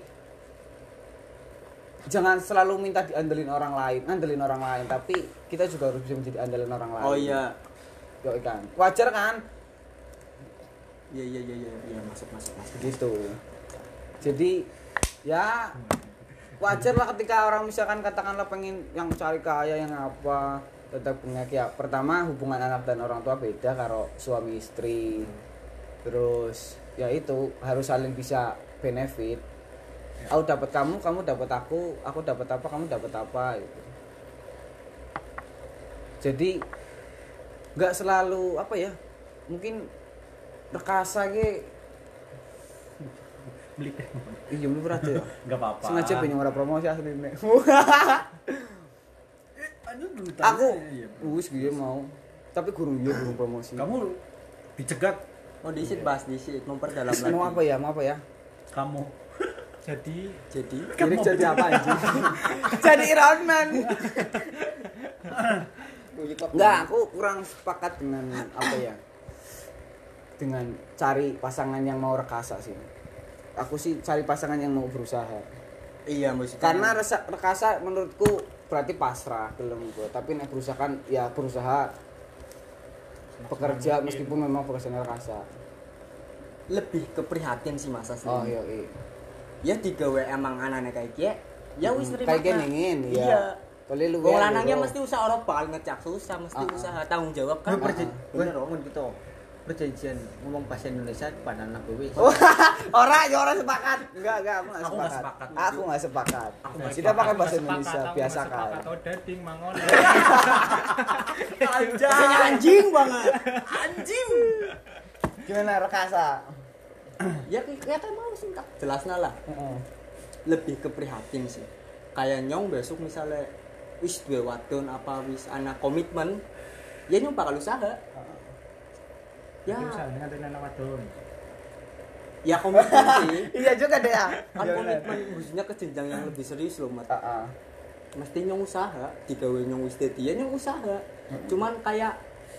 jangan selalu minta diandelin orang lain ngandelin orang lain tapi kita juga harus bisa menjadi andalan orang lain Oh iya. yo kan wajar kan Iya iya iya iya iya masuk masuk masuk. gitu jadi ya wajar lah ketika orang misalkan katakanlah pengen yang cari kaya yang apa tetap punya ya pertama hubungan anak dan orang tua beda karo suami istri terus ya itu harus saling bisa benefit aku dapat kamu kamu dapat aku aku dapat apa kamu dapat apa gitu jadi nggak selalu apa ya mungkin rekasa ge Beli. iya belum pernah tuh ya Enggak apa-apa. sengaja pengen ora promosi asli nih Aduh, dulu aku Iya. wis gue mau tapi guru iya belum promosi Kamu dicegat Oh disit bahas disit memperdalam lagi. mau apa ya mau apa ya kamu. Jadi Jadi Jadi jadi apa anjing? Jadi Iron Man. Enggak, aku kurang sepakat dengan apa ya? Dengan cari pasangan yang mau rekasa sih. Aku sih cari pasangan yang mau berusaha. iya maksudnya. Karena resa, rekasa menurutku berarti pasrah belum gue. Tapi nek berusaha kan ya berusaha bekerja meskipun memang profesional rekasa. lebih keprihatin sih masa sih. Oh iya iya. Ya digawe emang anane kayak kie. Ya wis Hmm, terima. kayak gini ngin, ya. Iya. Boleh lu. Wong lanangnya mesti usaha ora bakal ngecak susah, mesti Ah, ah. usaha tanggung jawab kan. Kan perjanjian bener ngomong gitu. Perjanjian ngomong bahasa Indonesia pada anak B W. Ora, ya ora sepakat. Enggak, enggak, aku enggak Aku sepakat. nggak sepakat. Aku enggak sepakat. Aku Nah, nggak kita pakai bahasa Sepakat, Indonesia aku biasa nggak sepakat. kan. Oh dading mangon. Rasanya anjing banget. Anjing. Gimana rekasa? Ya ya kan mau sih tak jelasna lah. Heeh. Lebih keprihatin sih. Kayak nyong besok misalnya wis duwe wadon apa wis ana komitmen, ya nyong bakal usaha. Ya, Misalnya dengan anak wadon. ya komitmen sih. Iya juga deh ya. Kan komitmen khususnya ke jenjang yang lebih serius loh, Mat. Heeh. Mesti nyong usaha, digawe nyong wis dadi ya nyong usaha. Cuman kayak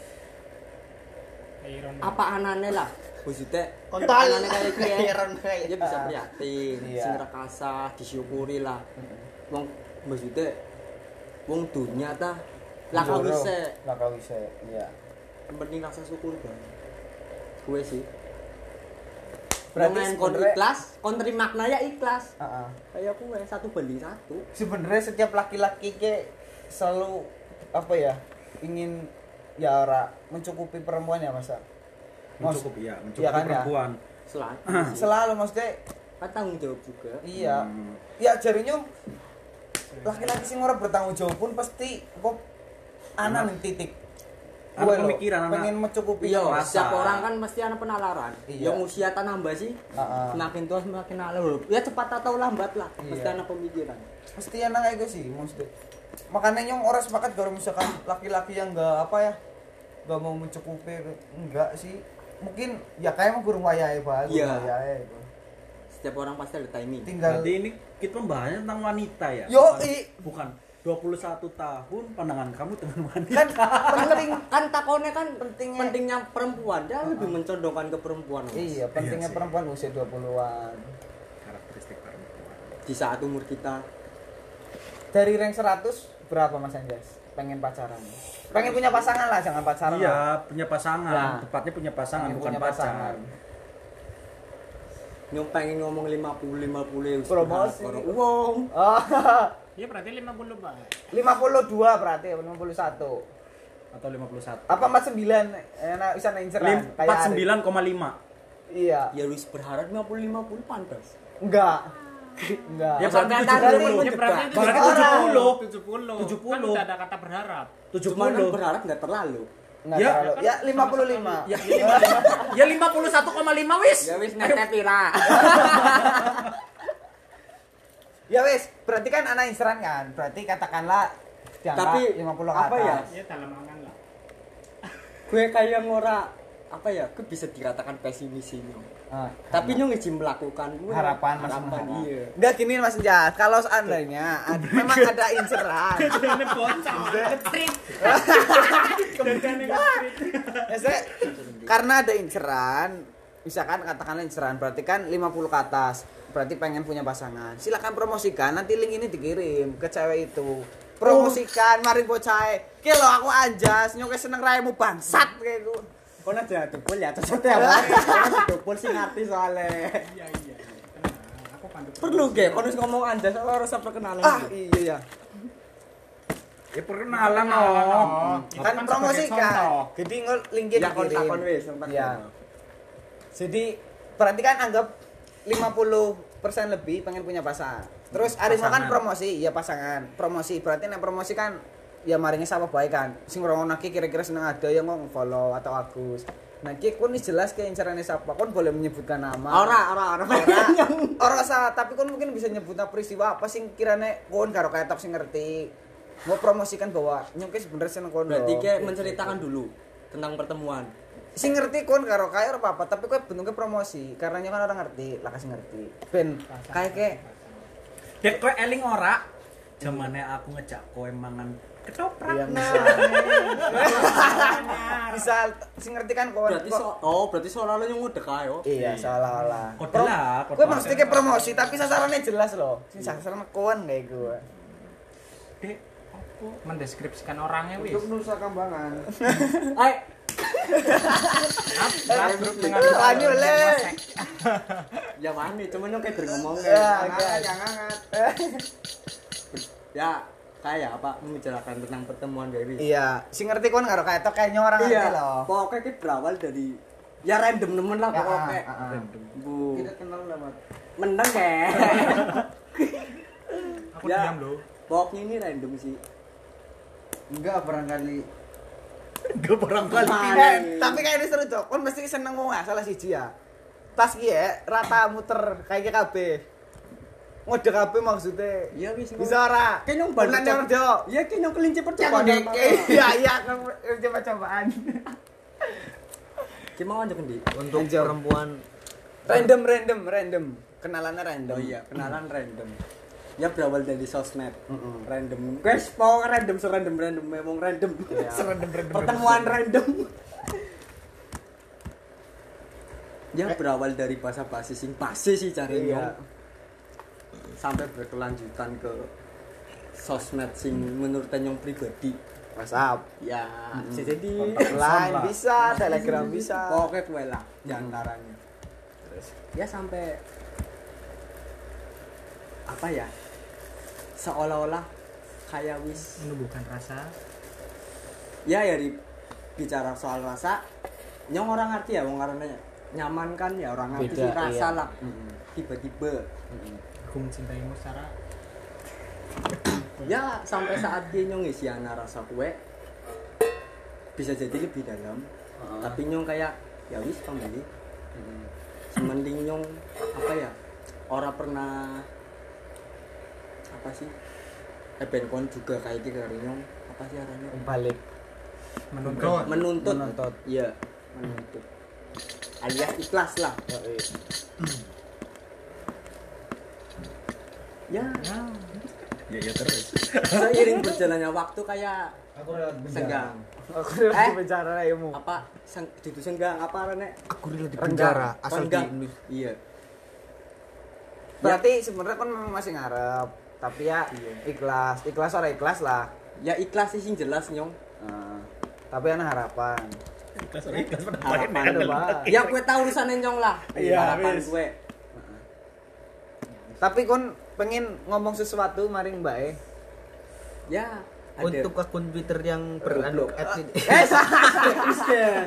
Iron Man. apa anane lah. Maksudnya Kontol. anane kayak iki ya. Iron Man. Ya bisa prihatin, Iya. sing rekasa disyukuri lah. Wong maksudnya wong dunia ta laka wise. Laka wise. Iya. Penting rasa syukur banget. Gue sih. Berarti Berarti kon sebenarnya- ikhlas, kon terima makna ya ikhlas. Heeh. Kayak aku ya satu banding satu. Sebenarnya setiap laki-laki ke selalu apa ya? Ingin ya ora mencukupi perempuan ya, Mas. Mencukupi ya, mencukupi Iya kan, ya? perempuan. Selalu. Selalu maksudnya Kan tanggung jawab juga. iya. Hmm. Ya jarinya laki-laki sing ora bertanggung jawab pun pasti kok ana ning titik. Ada Gue loh, pemikiran, anak. pengen mencukupi Iya, Rasa. setiap orang kan pasti ada penalaran. Iya. Yang usia tak nambah sih, Heeh. semakin tua semakin nalar. Ya cepat atau lambat lah, Iya. pasti ada pemikiran. Mesti enak kayak gue sih mesti. Makanya nyong orang sepakat kalau misalkan laki-laki yang enggak apa ya enggak mau mencukupi enggak sih mungkin ya kayak mau gurung wayahe bae Iya. gurung wayahe itu. Setiap orang pasti ada timing. Tinggal Berarti ini kita pembahasannya tentang wanita ya. Yo, Bukan- i. bukan dua puluh satu tahun pandangan kamu dengan wanita. kan penting Kan takonnya kan Pentingnya- pentingnya perempuan, dia lebih mencondongkan ke perempuan. Mas. iya pentingnya sih. perempuan usia dua puluhan. Karakteristik perempuan. Di saat umur kita Dari rank seratus berapa Mas Anjas? Pengen pacaran. Pengen punya pasangan lah, jangan pacaran. lah. Iya, punya pasangan. Ya. Tepatnya punya pasangan, Pengen bukan punya pacar. pasangan. nyong pengen ngomong lima puluh lima puluh Promosi. Wong. Oh, Iya berarti lima puluh, Pak. lima puluh dua berarti lima puluh satu. Atau lima puluh satu. Apa empat puluh sembilan? Enak bisa ninceran. empat puluh sembilan koma lima. Iya. Ya wis berharap lima puluh lima puluh pantas. Enggak. Enggak. Ya berarti Sampai tujuh tadi puluh. Ya berarti itu Berarti orang. tujuh puluh. tujuh puluh. tujuh puluh. Kan udah ada kata berharap. tujuh Cuman kan puluh. berharap nggak terlalu. Enggak Ya. terlalu. Ya lima puluh lima. Ya, ya lima puluh satu koma lima wis. Ya wis netep pira. Ya wes, berarti kan anak inseran kan. Berarti katakanlah dianggap Tapi, lima puluh apa ke ya? atas. Ya dalam angan lah. Gue kayak ngora apa ya? Gue bisa dikatakan pesimis sih nyong. Ah, Tapi nyong izin melakukan gue. harapan Mas harapan Muhammad. iya. Enggak gini Mas Jas, kalau seandainya ada, memang ada inseran. Ini bocah. Ngetrit. Ya, saya- karena ada inceran, misalkan katakanlah inceran berarti kan lima puluh ke atas, berarti pengen punya pasangan. Silakan promosikan, nanti link ini dikirim ke cewek itu. Promosikan, mari bocah. Ki lo aku Anjas, nyoke seneng raimu bangsat kayak gue. Kau aja dupul ya, terus ya. Kau dupul sih ngerti soalnya. Iya iya. Tenang, aku pandu. Perlu ge, kau harus ngomong anjas, kau harus perkenalan. Ah, iya ya. Ya perkenalan Oh, dong. itu Kan sebagai contoh. promosikan. Jadi ngel linkin Ya kon dikirim. takon wis, sempat. Ya. Jadi berarti kan anggap lima puluh persen lebih pengen punya pasangan. Terus Arimo kan Pasangan. promosi, ya pasangan. Promosi berarti nek promosi kan ya maringnya sapa bae kan. Sing ngrungokno iki kira-kira seneng ada yang mau follow atau Agus. Nah, iki kun wis jelas ke incarane sapa. Kon boleh menyebutkan nama. Ora, ora, ora. Ora, ora usah, tapi kon mungkin bisa nyebutna peristiwa apa sing kirane kon karo kayak top sing ngerti. Mau promosikan bahwa nyongke sebenarnya seneng kono. Berarti ke menceritakan dulu tentang pertemuan. sing ngerti kon karo kae ora apa-apa, tapi kowe bentuknya promosi. Karena kan orang ngerti, lah kasih ngerti. Ben kae ke Dek kowe eling ora? Zamane aku ngejak kowe mangan ketoprak. Iya, Nah. bisa sing ngerti kan kon. Berarti so, oh, berarti soalnya yang udah kae oh. Iya, salah-salah. Kode lah, kode Kowe lah. maksudnya kayak promosi tapi sasarannya jelas loh. Sing sasaran kon kayak gue. Dek, aku mendeskripsikan orangnya wis. Untuk Nusa Kambangan. Ay, Labruk dengan Lanjut le. ya mana cuman yang kayak ngomong Ya, Hangat, yang hangat. ya kayak apa membicarakan tentang pertemuan dari Iya, sing ngerti kon karo kae tok kayaknya orang ngerti iya loh. pokoknya kita berawal dari ya random nemen lah Ya, pokoknya ah, ah, ah. bu Kita kenal lewat menang kayak Aku Ya. diam loh. pokoknya ini random sih enggak barangkali Enggak barangkali. Eh, tapi kayak ini seru cok, kon mesti seneng ngomong salah siji ya. Tas ki ya, rata muter kayak kabeh. Ngode kabeh maksudnya. iya wis Bisa ora? kayak nyong Bulan nyong cok. iya kayak nyong kelinci Jangan percobaan deke. Iya iya coba-cobaan. gimana aja kendi untuk Lanjut. perempuan Random random random. Kenalannya random. oh iya kenalan random ya berawal dari sosmed Mm-mm. random guys mau random serandom random memang random Iya. Serendem rendem. pertemuan random ya berawal dari bahasa basi sing basi sih cari Iya. nyong sampai berkelanjutan ke sosmed sing menurut nyong pribadi WhatsApp. ya bisa jadi Line bisa, Telegram bisa. pokoknya gue lah diantaranya terus ya sampai apa ya seolah-olah kayak wis Menumbuhkan rasa. ya ya di bicara soal rasa nyong orang ngerti ya wong karena nyaman kan ya orang ngerti Beda, sih rasa iya. lah tiba-tiba Aku mencintaimu secara ya sampai saat dia nyong isi anak rasa kue bisa jadi lebih dalam tapi nyong kayak ya wis pembeli semending nyong apa ya orang pernah apa sih ebenkon juga kayak gitu dari nyong apa sih arahnya Balik menuntut. menuntut Menuntut. iya menuntut alias ikhlas lah ya Ya ya terus. seiring berjalannya waktu kayak aku lewat senggang Aku Eh? udah bicara ilmu. apa seng itu senggang apa rene aku rela di penjara, asal di Renggang. Indonesia. iya Berarti sebenarnya kan memang masih ngarep, tapi ya Iya. ikhlas, ikhlas ora ikhlas lah. ya ikhlas sih sing jelas nyong Nah, tapi ana harapan. Ikhlas ora ikhlas pada harapan Ada, Pak. ya kue tahu urusannya nyong lah Iya, harapan wis. kue Tapi kon pengen ngomong sesuatu maring Mbak e. ya ada Untuk akun Twitter yang beranu at ini. eh Kristen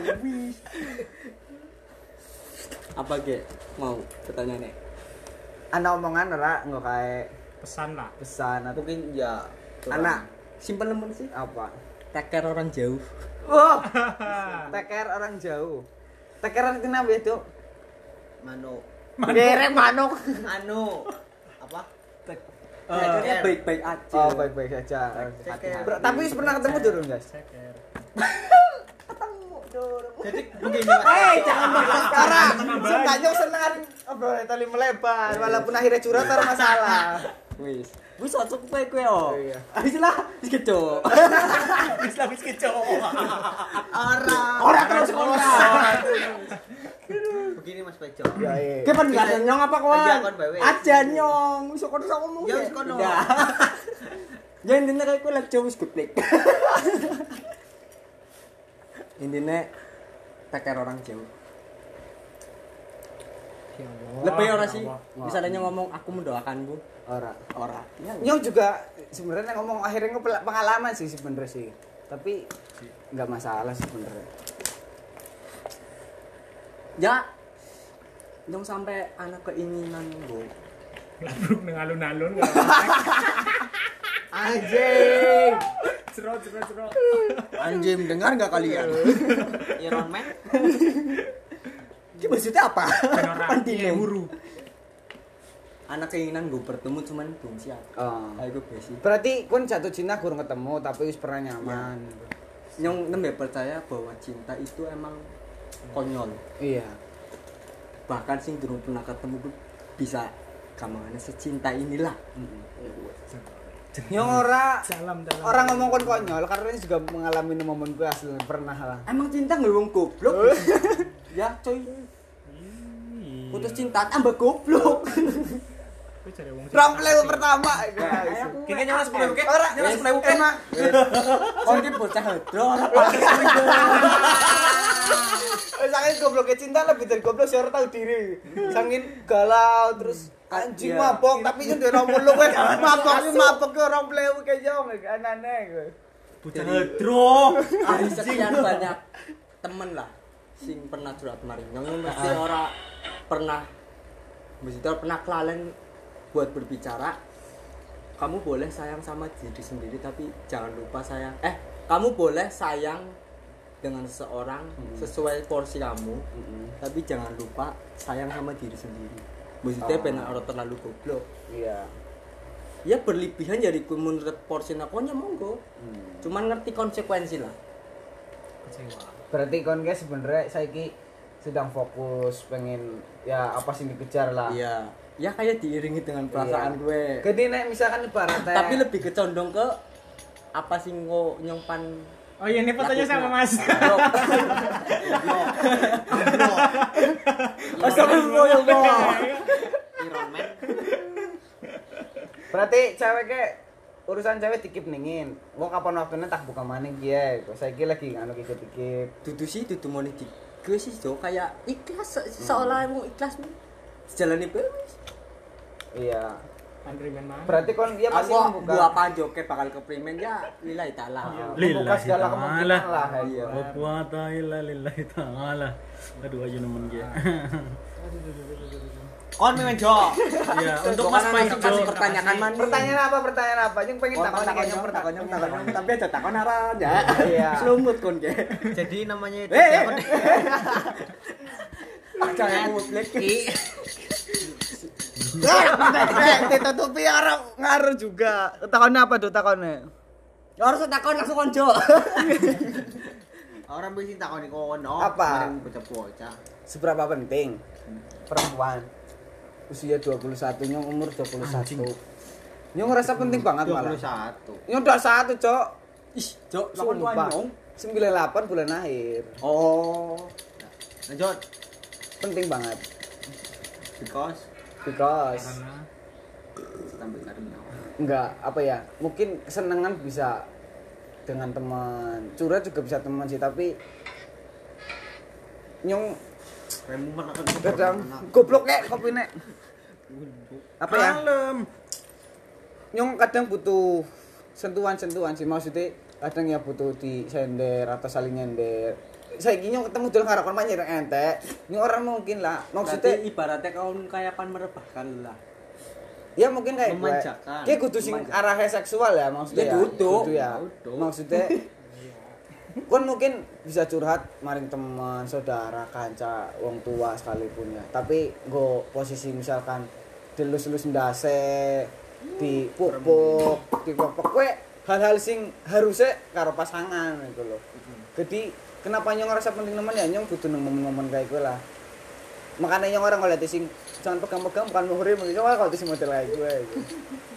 apa ge mau pertanyaannya Ana omongan ora engko kae Pesan lah. pesan atau Mungkin ya anak simpen lemon sih apa? take care orang jauh Wah. Take care orang jauh. Take care artinya apa itu? Mano Derek manuk. anu apa? kayaknya baik-baik aja Oh, baik-baik saja. Hati-hati. Ber- Tapi wis pernah ketemu durung, guys? Ceker. Jadi begini Mas. Eh, jangan bahas sekarang. Sebenarnya senang obrolan tali melebar, walaupun akhirnya curhat ora masalah. wis wis cocok kue kue oh Oh, iya. wis lah wis keco Wis lah wis keco. Orang. orang terus orang Begini Mas Bejo. Ya, iya. Kapan enggak ada nyong apa kawan? Aja, kon, bae. Aja nyong, wis kok usah ngomong. Ya, wis kono. Udah. Ya intinya kayak kue lagi wis geblek. Intinya teker orang jauh. Ya Allah. Lebih ora sih? Ya Allah. Misalnya nyong ngomong aku mendoakanmu, Ora. ora. Ya, Nyong juga sebenarnya ngomong akhirnya ngepel- pengalaman sih sebenarnya sih. Tapi nggak masalah sih sebenarnya. ya. Nyong sampai anak keinginan, Bu. Labruk nang alun-alun. Anjing. Cero cero cero. Anjing dengar enggak kalian? Iron Man. Ini maksudnya apa? Penting huru. Anak keinginan gue bertemu cuman belum siap. Oh. Kayak gue besi. Berarti kun jatuh cinta kurang ketemu tapi wis pernah nyaman. Nyong nembe percaya bahwa cinta itu emang konyol. Iya. Bahkan sing durung pernah ketemu tuh bisa gampangane secinta inilah. Yang ora Dalam dalam. orang ngomong kon konyol karena ini juga mengalami momen gue asli pernah lah. Emang cinta nggak wong goblok? Ya coy. Putus cinta tambah goblok. Kuwi jare wong Ramplel pertama guys. Kayaknya nyala sepuluh buke. Ora Nyala sepuluh buke. enak. Oh ini bocah hedro ora apa. Saking gobloknya cinta lebih dari goblok sih orang tahu diri. Saking galau terus anjing Iya. mabok tapi yang dia nomor lu kan mabok sih mabok ke orang play kayak jauh aneh-aneh gue. Bocah hedro. Dari sekian banyak temen lah sing pernah curhat mari nyong mesti ora pernah mesti ora pernah kelalen buat berbicara. Kamu boleh sayang sama diri sendiri tapi jangan lupa sayang eh kamu boleh sayang dengan seseorang sesuai porsi kamu tapi jangan lupa sayang sama diri sendiri. Maksudnya Oh. benar orang terlalu goblok. Iya. Ya berlebihan jadi menurut porsi nakonya monggo. Cuman ngerti konsekuensi lah. kecewa. Berarti kon guys sebenarnya saiki sedang fokus pengen ya apa sih dikejar lah. Iya. Ya kayak diiringi dengan perasaan Iya. gue. Jadi nek misalkan ibaratnya Tapi lebih kecondong ke apa sih ngo nyongpan Oh iya ini fotonya sama Mas. Astagfirullah. Iron Man. Berarti cewek ke urusan cewek dikip ningin. Gua kapan waktunya tak buka maning kiye. Kok saiki lagi anu dikip-dikip. dudu sih dudu mau di gue sih jo kayak ikhlas se- seolah mau ikhlas nih. Sejalani wis. Iya. Countryman mana? Berarti kon dia pasti Aku membuka gua apa joke bakal ke primen ya lillahi ta'ala. membuka Lillahi segala ta'ala. kemungkinan lah. Iya. Wa quwata illa lillahi ta'ala. Aduh aja nemen dia. Kon memang jo. Ya, untuk Mas Pai kasih pertanyaan mana? Pertanyaan apa? Pertanyaan apa? Yang pengen takon takon takon takon takon takon tapi aja takon arah ya. Iya. Selumut kon ke. Jadi namanya itu Eh. siapa? Jangan mutlek. Ditutupi orang ngaruh juga. Takonnya apa tuh takonnya? Harus takon langsung konco. Orang bisa takoni kono. Apa? Bareng bocah-bocah. Seberapa penting perempuan usia dua puluh satu nyong umur dua puluh satu. Nyong ngerasa penting banget malah. dua puluh satu. Nyong dua puluh satu, Cok. Ih, Cok, Sumpah. lawan nyong. sembilan puluh delapan bulan akhir. Oh. Lanjut. Penting banget Because because Karena sampai karena. enggak apa ya? Mungkin kesenangan bisa dengan teman. Curhat juga bisa teman sih, tapi nyong Remu mana kan kadang goblok kek kopi nek. Apa ya? Kalem. Nyong kadang butuh sentuhan-sentuhan sih, maksudnya kadang ya butuh di sender atau saling nyender. Saya nyong ketemu dulu karo kon nyereng entek. Nyong orang mungkin lah, Maksudnya maksudnya ibaratnya kau kayak pan merebahkan lah. ya mungkin kayak gue. Memanjakan. Kayak kudu sing arahnya seksual ya maksudnya. Ya, duduk. Kudu ya. Duduk. Maksudnya kon mungkin bisa curhat maring teman, saudara, kanca, wong tua sekalipun ya. Tapi nggo posisi misalkan dilus-lus ndase, dipupuk, dipupuk kowe hal-hal sing harusnya karo pasangan gitu loh. Jadi kenapa nyong ngerasa penting teman ya nyong kudu nang momen-momen kayak gue lah. Makanya nyong orang ngeliat sing jangan pegang-pegang bukan muhrim gitu kalau sing model kayak gue. Gitu.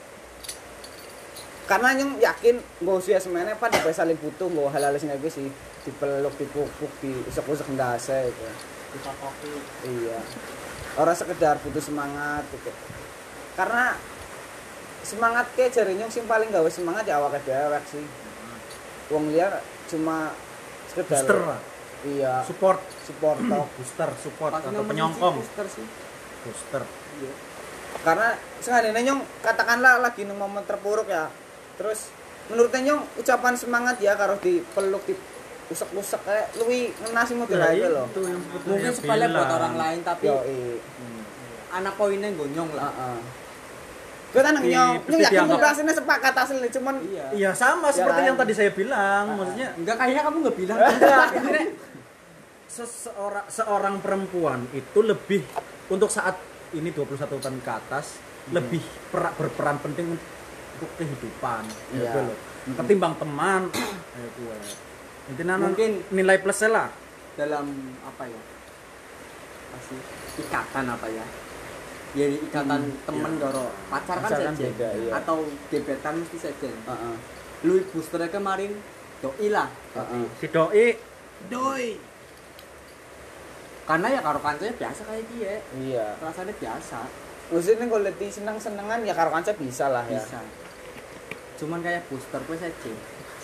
Karena nyong yakin nggo usia semene pada bisa saling butuh nggo hal-hal sing kayak sih dipeluk, dipupuk, diusek-usek ndase gitu. Iya. Orang sekedar butuh semangat gitu. Karena semangat ke jari nyong sing paling gawe semangat ya awake dhewe sih. Wong liar cuma sekedar Booster lah. iya Support, support tok. booster, support Pasti atau nomor penyongkong. siji booster sih. Booster. Karena sengaja nyong katakanlah lagi nang momen terpuruk ya. Terus menurut nyong ucapan semangat ya karo dipeluk di usek-usek kayak luwi ngena sih model Lah, ae lho. itu yang sebetulnya Mungkin sepele buat bilang. orang lain tapi Yo i. anak poinnya gonyong lah. Heeh. Gue kan Di- nyong, pasti nyong yakin dianggap- pembahasannya sepakat asli cuman Iya. Iya sama seperti kan? yang tadi saya bilang, maksudnya Enggak kayaknya kamu enggak bilang. enggak ini seseorang seorang perempuan itu lebih untuk saat ini dua puluh satu tahun ke atas lebih pera- berperan penting untuk kehidupan Iya. gitu loh. Ketimbang teman kayak gue. Intinya Mungkin- nilai plusnya lah. dalam apa ya masih ikatan apa ya ya ikatan Hmm, temen karo pacar kan Pacar kan sejen beda, iya. atau gebetan mesti sejen Heeh. lu booster kemarin doi lah Heeh. Si doi doi karena ya karo kancanya biasa kayak dia Iya. rasanya biasa Maksudnya kalau leti seneng-senengan ya karo kanca bisa lah ya. bisa cuman kayak booster gue sejen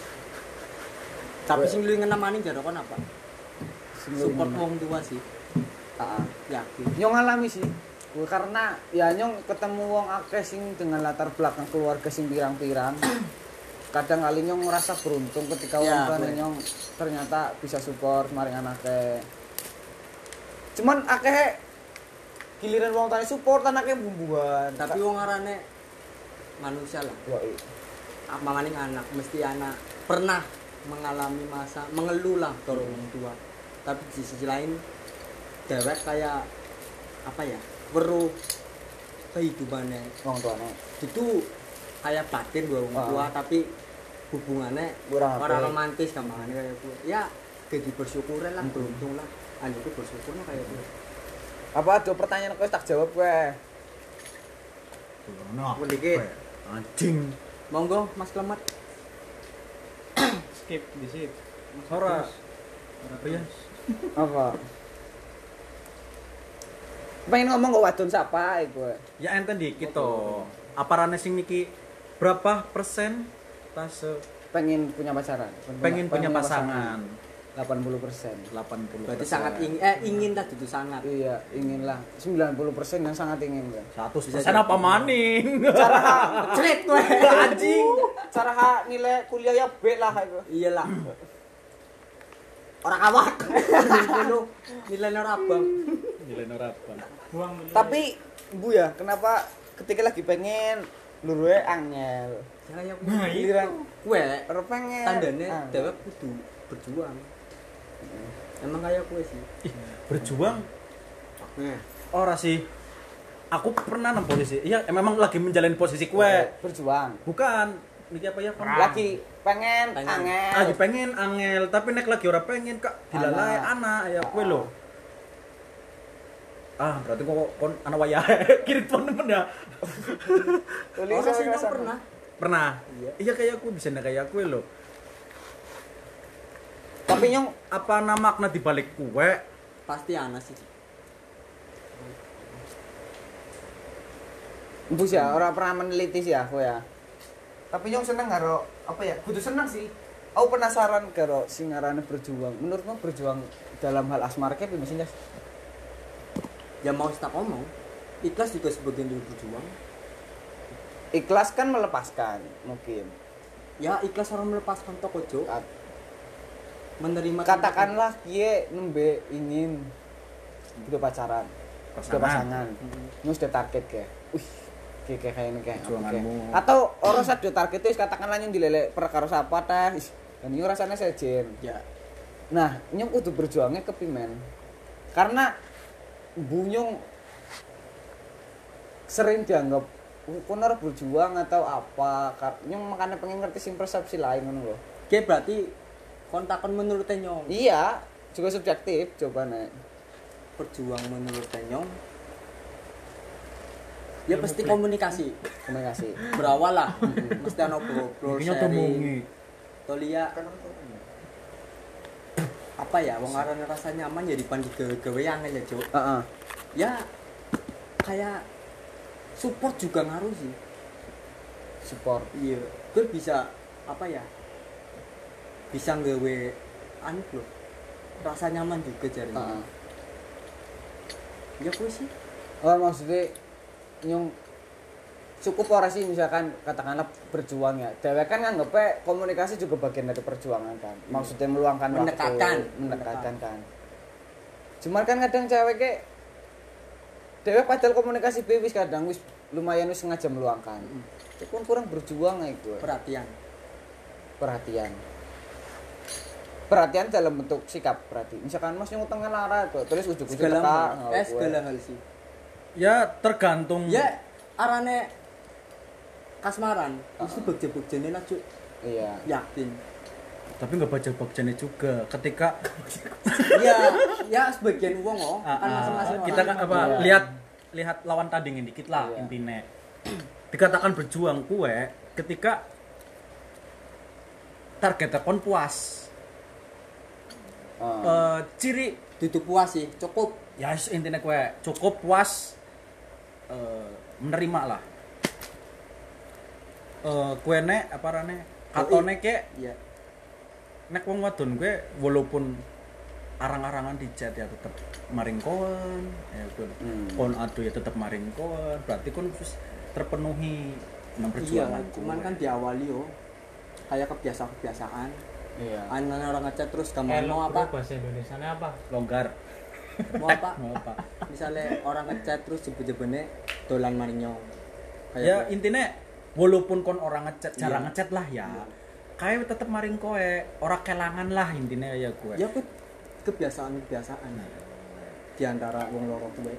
tapi sing lu ngenamani jaro kon apa support wong tua sih Heeh. yakin Nyong ngalami sih. Gua karena ya nyong ketemu wong akeh sing dengan latar belakang keluarga sing pirang-pirang. Kadang kali nyong ngerasa beruntung ketika Ya, wong tuane gue. nyong ternyata bisa support maring anake. Cuman akeh giliran wong tuane support anake bumbuan. tapi wong arane manusia lah Yo, i. mamaning anak mesti anak pernah mengalami masa mengeluh lah kalau orang tua tapi di sisi lain dewek kayak apa ya perlu kehidupannya wong tuane. itu kayak batin dua orang tua Ah. tapi hubungannya Kurang orang apik. romantis gampangannya kayak itu ya jadi bersyukur lah beruntung lah anu itu bersyukurnya kayak itu Apa ada pertanyaan kowe tak jawab kowe. Nah, Sedikit. anjing. monggo Mas Klemet skip di situ. Ora. Apa ya? Apa? Pengen ngomong kok wadon sapa iku. Ya enten dikit to. Aparane sing niki berapa persen tase Pengen punya pacaran. pengen punya pasangan? delapan puluh persen. delapan puluh. berarti sangat ingin eh ingin lah itu sangat Iya, inginlah sembilan puluh persen yang sangat ingin kan. seratus persen apa maning? Cara cerit gue anjing, cara ha nilai kuliah ya B lah itu. iyalah orang awak lu nilai ora abang Nilai nerapan. Buang dulu. Tapi Bu ya, kenapa ketika lagi pengen luruhe angel. saya Nah, itu. Giliran gue ora pengen. tandanya angel. dewek kudu berjuang emang kayak gue sih Ih, berjuang nah ora sih. Aku pernah nang posisi. Iya, memang lagi menjalani posisi kue. berjuang. Bukan niki apa ya? Kon? Lagi pengen, Pengen. angel. Lagi pengen angel, tapi nek lagi ora pengen kak dilalai Anak. anak ya kue lo. Ah, berarti kok kon anak waya kirit temen ya. Tulis orang sih saya nggak pernah Pernah. Iya kayak aku bisa nek kayak kue lo. Tapi nyong Apa nama makna di balik kue? pasti anak sih Bus ya, orang pernah meneliti sih aku ya. Tapi nyong seneng karo apa ya? Kudu seneng sih. Aku penasaran karo sing ngarane berjuang. Menurutmu berjuang dalam hal asmara kayak piye sih? ya mau tak ngomong ikhlas juga sebagian dari berjuang Ikhlas kan melepaskan mungkin. ya ikhlas orang melepaskan toko jo Kat- menerima Katakanlah kie nembe ingin udah pacaran, udah Pasangan. pasangan. Nyong sudah target kayak. Wih, kayak kayak kayak ini kayak. Perjuanganmu. oke. Atau orang sudah target itu katakanlah nyong dilelek perkara sapa teh. Ih, dan nyong rasanya sejen. ya Nah, nyong kudu berjuangnya ke pimen. Karena bunyong sering dianggap "Oh, kono ora berjuang atau apa. Kar- Nyong makanya pengen ngerti sing persepsi lain ngono lho. Oke berarti kontakon menurut Tenyong Iya, juga subjektif jawabannya. berjuang menurut Tenyong ya pasti komunikasi Komunikasi. berawal lah mesti ana ngobrol Intinya sharing temungi. Tolia apa ya wong arane rasa nyaman ya dipandi gawe angel ya Cuk Heeh. ya kayak support juga ngaruh sih Support. iya gue bisa apa ya bisa nggawe anu lho rasa nyaman juga jari Heeh. ya gue sih Oh, maksudnya nyong cukup ora sih misalkan katakanlah berjuang ya. Dewek kan nganggepnya komunikasi juga bagian dari perjuangan kan. Maksudnya meluangkan Mendekatkan. waktu, mendekatkan kan. Cuman kan kadang cewek ke dewek padahal komunikasi wis kadang wis lumayan wis sengaja meluangkan. Itu kan kurang berjuang itu. perhatian Perhatian. Perhatian dalam bentuk sikap berarti. Misalkan Mas nyong utang lara tuh, terus ujug-ujug segala teka, hal oh, eh gue. segala hal sih Ya tergantung. ya arane kasmaran mesti bagja-bagjane lah Cuk Iya. yakin tapi nggak baca bagjannya juga ketika Iya, ya sebagian wong oh, Ah, kan ah, masing-masing kita kan orang. apa Iya. lihat lihat lawan tandingin dikit lah Iya. intinya dikatakan berjuang kue ketika targetnya kon puas Oh. Eh, ciri Duduk puas sih, cukup. ya yes, intinya kue cukup puas eh, menerima lah eh kue nek apa rane katone kek Iya. nek wong wadon gue walaupun arang-arangan di chat ya tetep maring kowen ya kun Hmm. kon adu ya tetep maring kowen berarti kon wis terpenuhi nang Iya, perjuangan cuman kan diawali yo kayak kebiasaan-kebiasaan. Iya. Anak orang ngechat terus kamu Eh, mau lo bro, apa? bahasa Indonesianya apa? longgar Mau apa? mau apa Misalnya orang ngechat terus jebet-jebene dolan maring nyong. ya gue. intinya walaupun kon orang ngechat Iya. jarang ngechat lah ya kayak tetep maring kowe ora kelangan lah intinya ya gue Ya aku kebiasaan-kebiasaan di antara wong loro kuwe.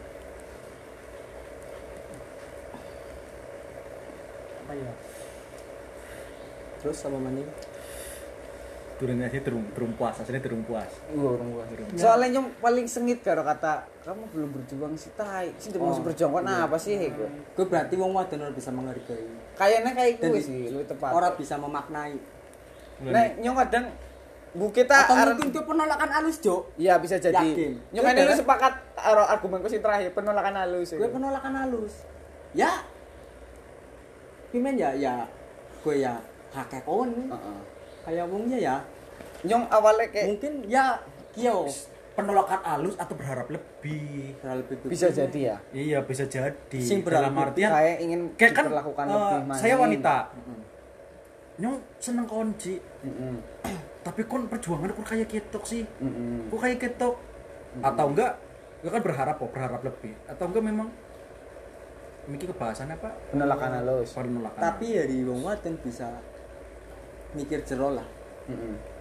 apa ya Terus sama maning? turun sih turun turun puas aslinya turun puas Gua orang gua. Soalnya yang paling sengit karo kata kamu belum berjuang sih tai. Sing Oh, oh, berjuang kok iya. apa sih iku? Gue berarti wong wadon ora bisa menghargai. Kayaknya kayak Dan gue di- sih, lu tepat. Ora bisa memaknai. Nah, nyong kadang bu kita Atau aran- mungkin dia penolakan halus, Jok. Iya bisa jadi. Yakin. Nyong Iya, ini lu kan? sepakat karo argumenku sing terakhir penolakan halus. Gue penolakan halus. Ya. Pimen ya ya gue ya hakek kon. Heeh. Kayak wongnya ya. Nyong awalnya kayak Mungkin ya kio penolakan halus atau berharap lebih lebih bisa jadi ya. iya bisa jadi Sing dalam berharap artian Kayak ingin kayak kan diperlakukan eh, lebih manis. saya wanita nyong seneng kunci Heeh. tapi kon perjuangan kok kayak ketok sih Heeh. kok kayak ketok atau enggak enggak kan berharap kok berharap lebih atau enggak memang mikir kebahasannya apa Penolakan halus. penolakan tapi dari wong wadon bisa mikir jero lah. Heeh.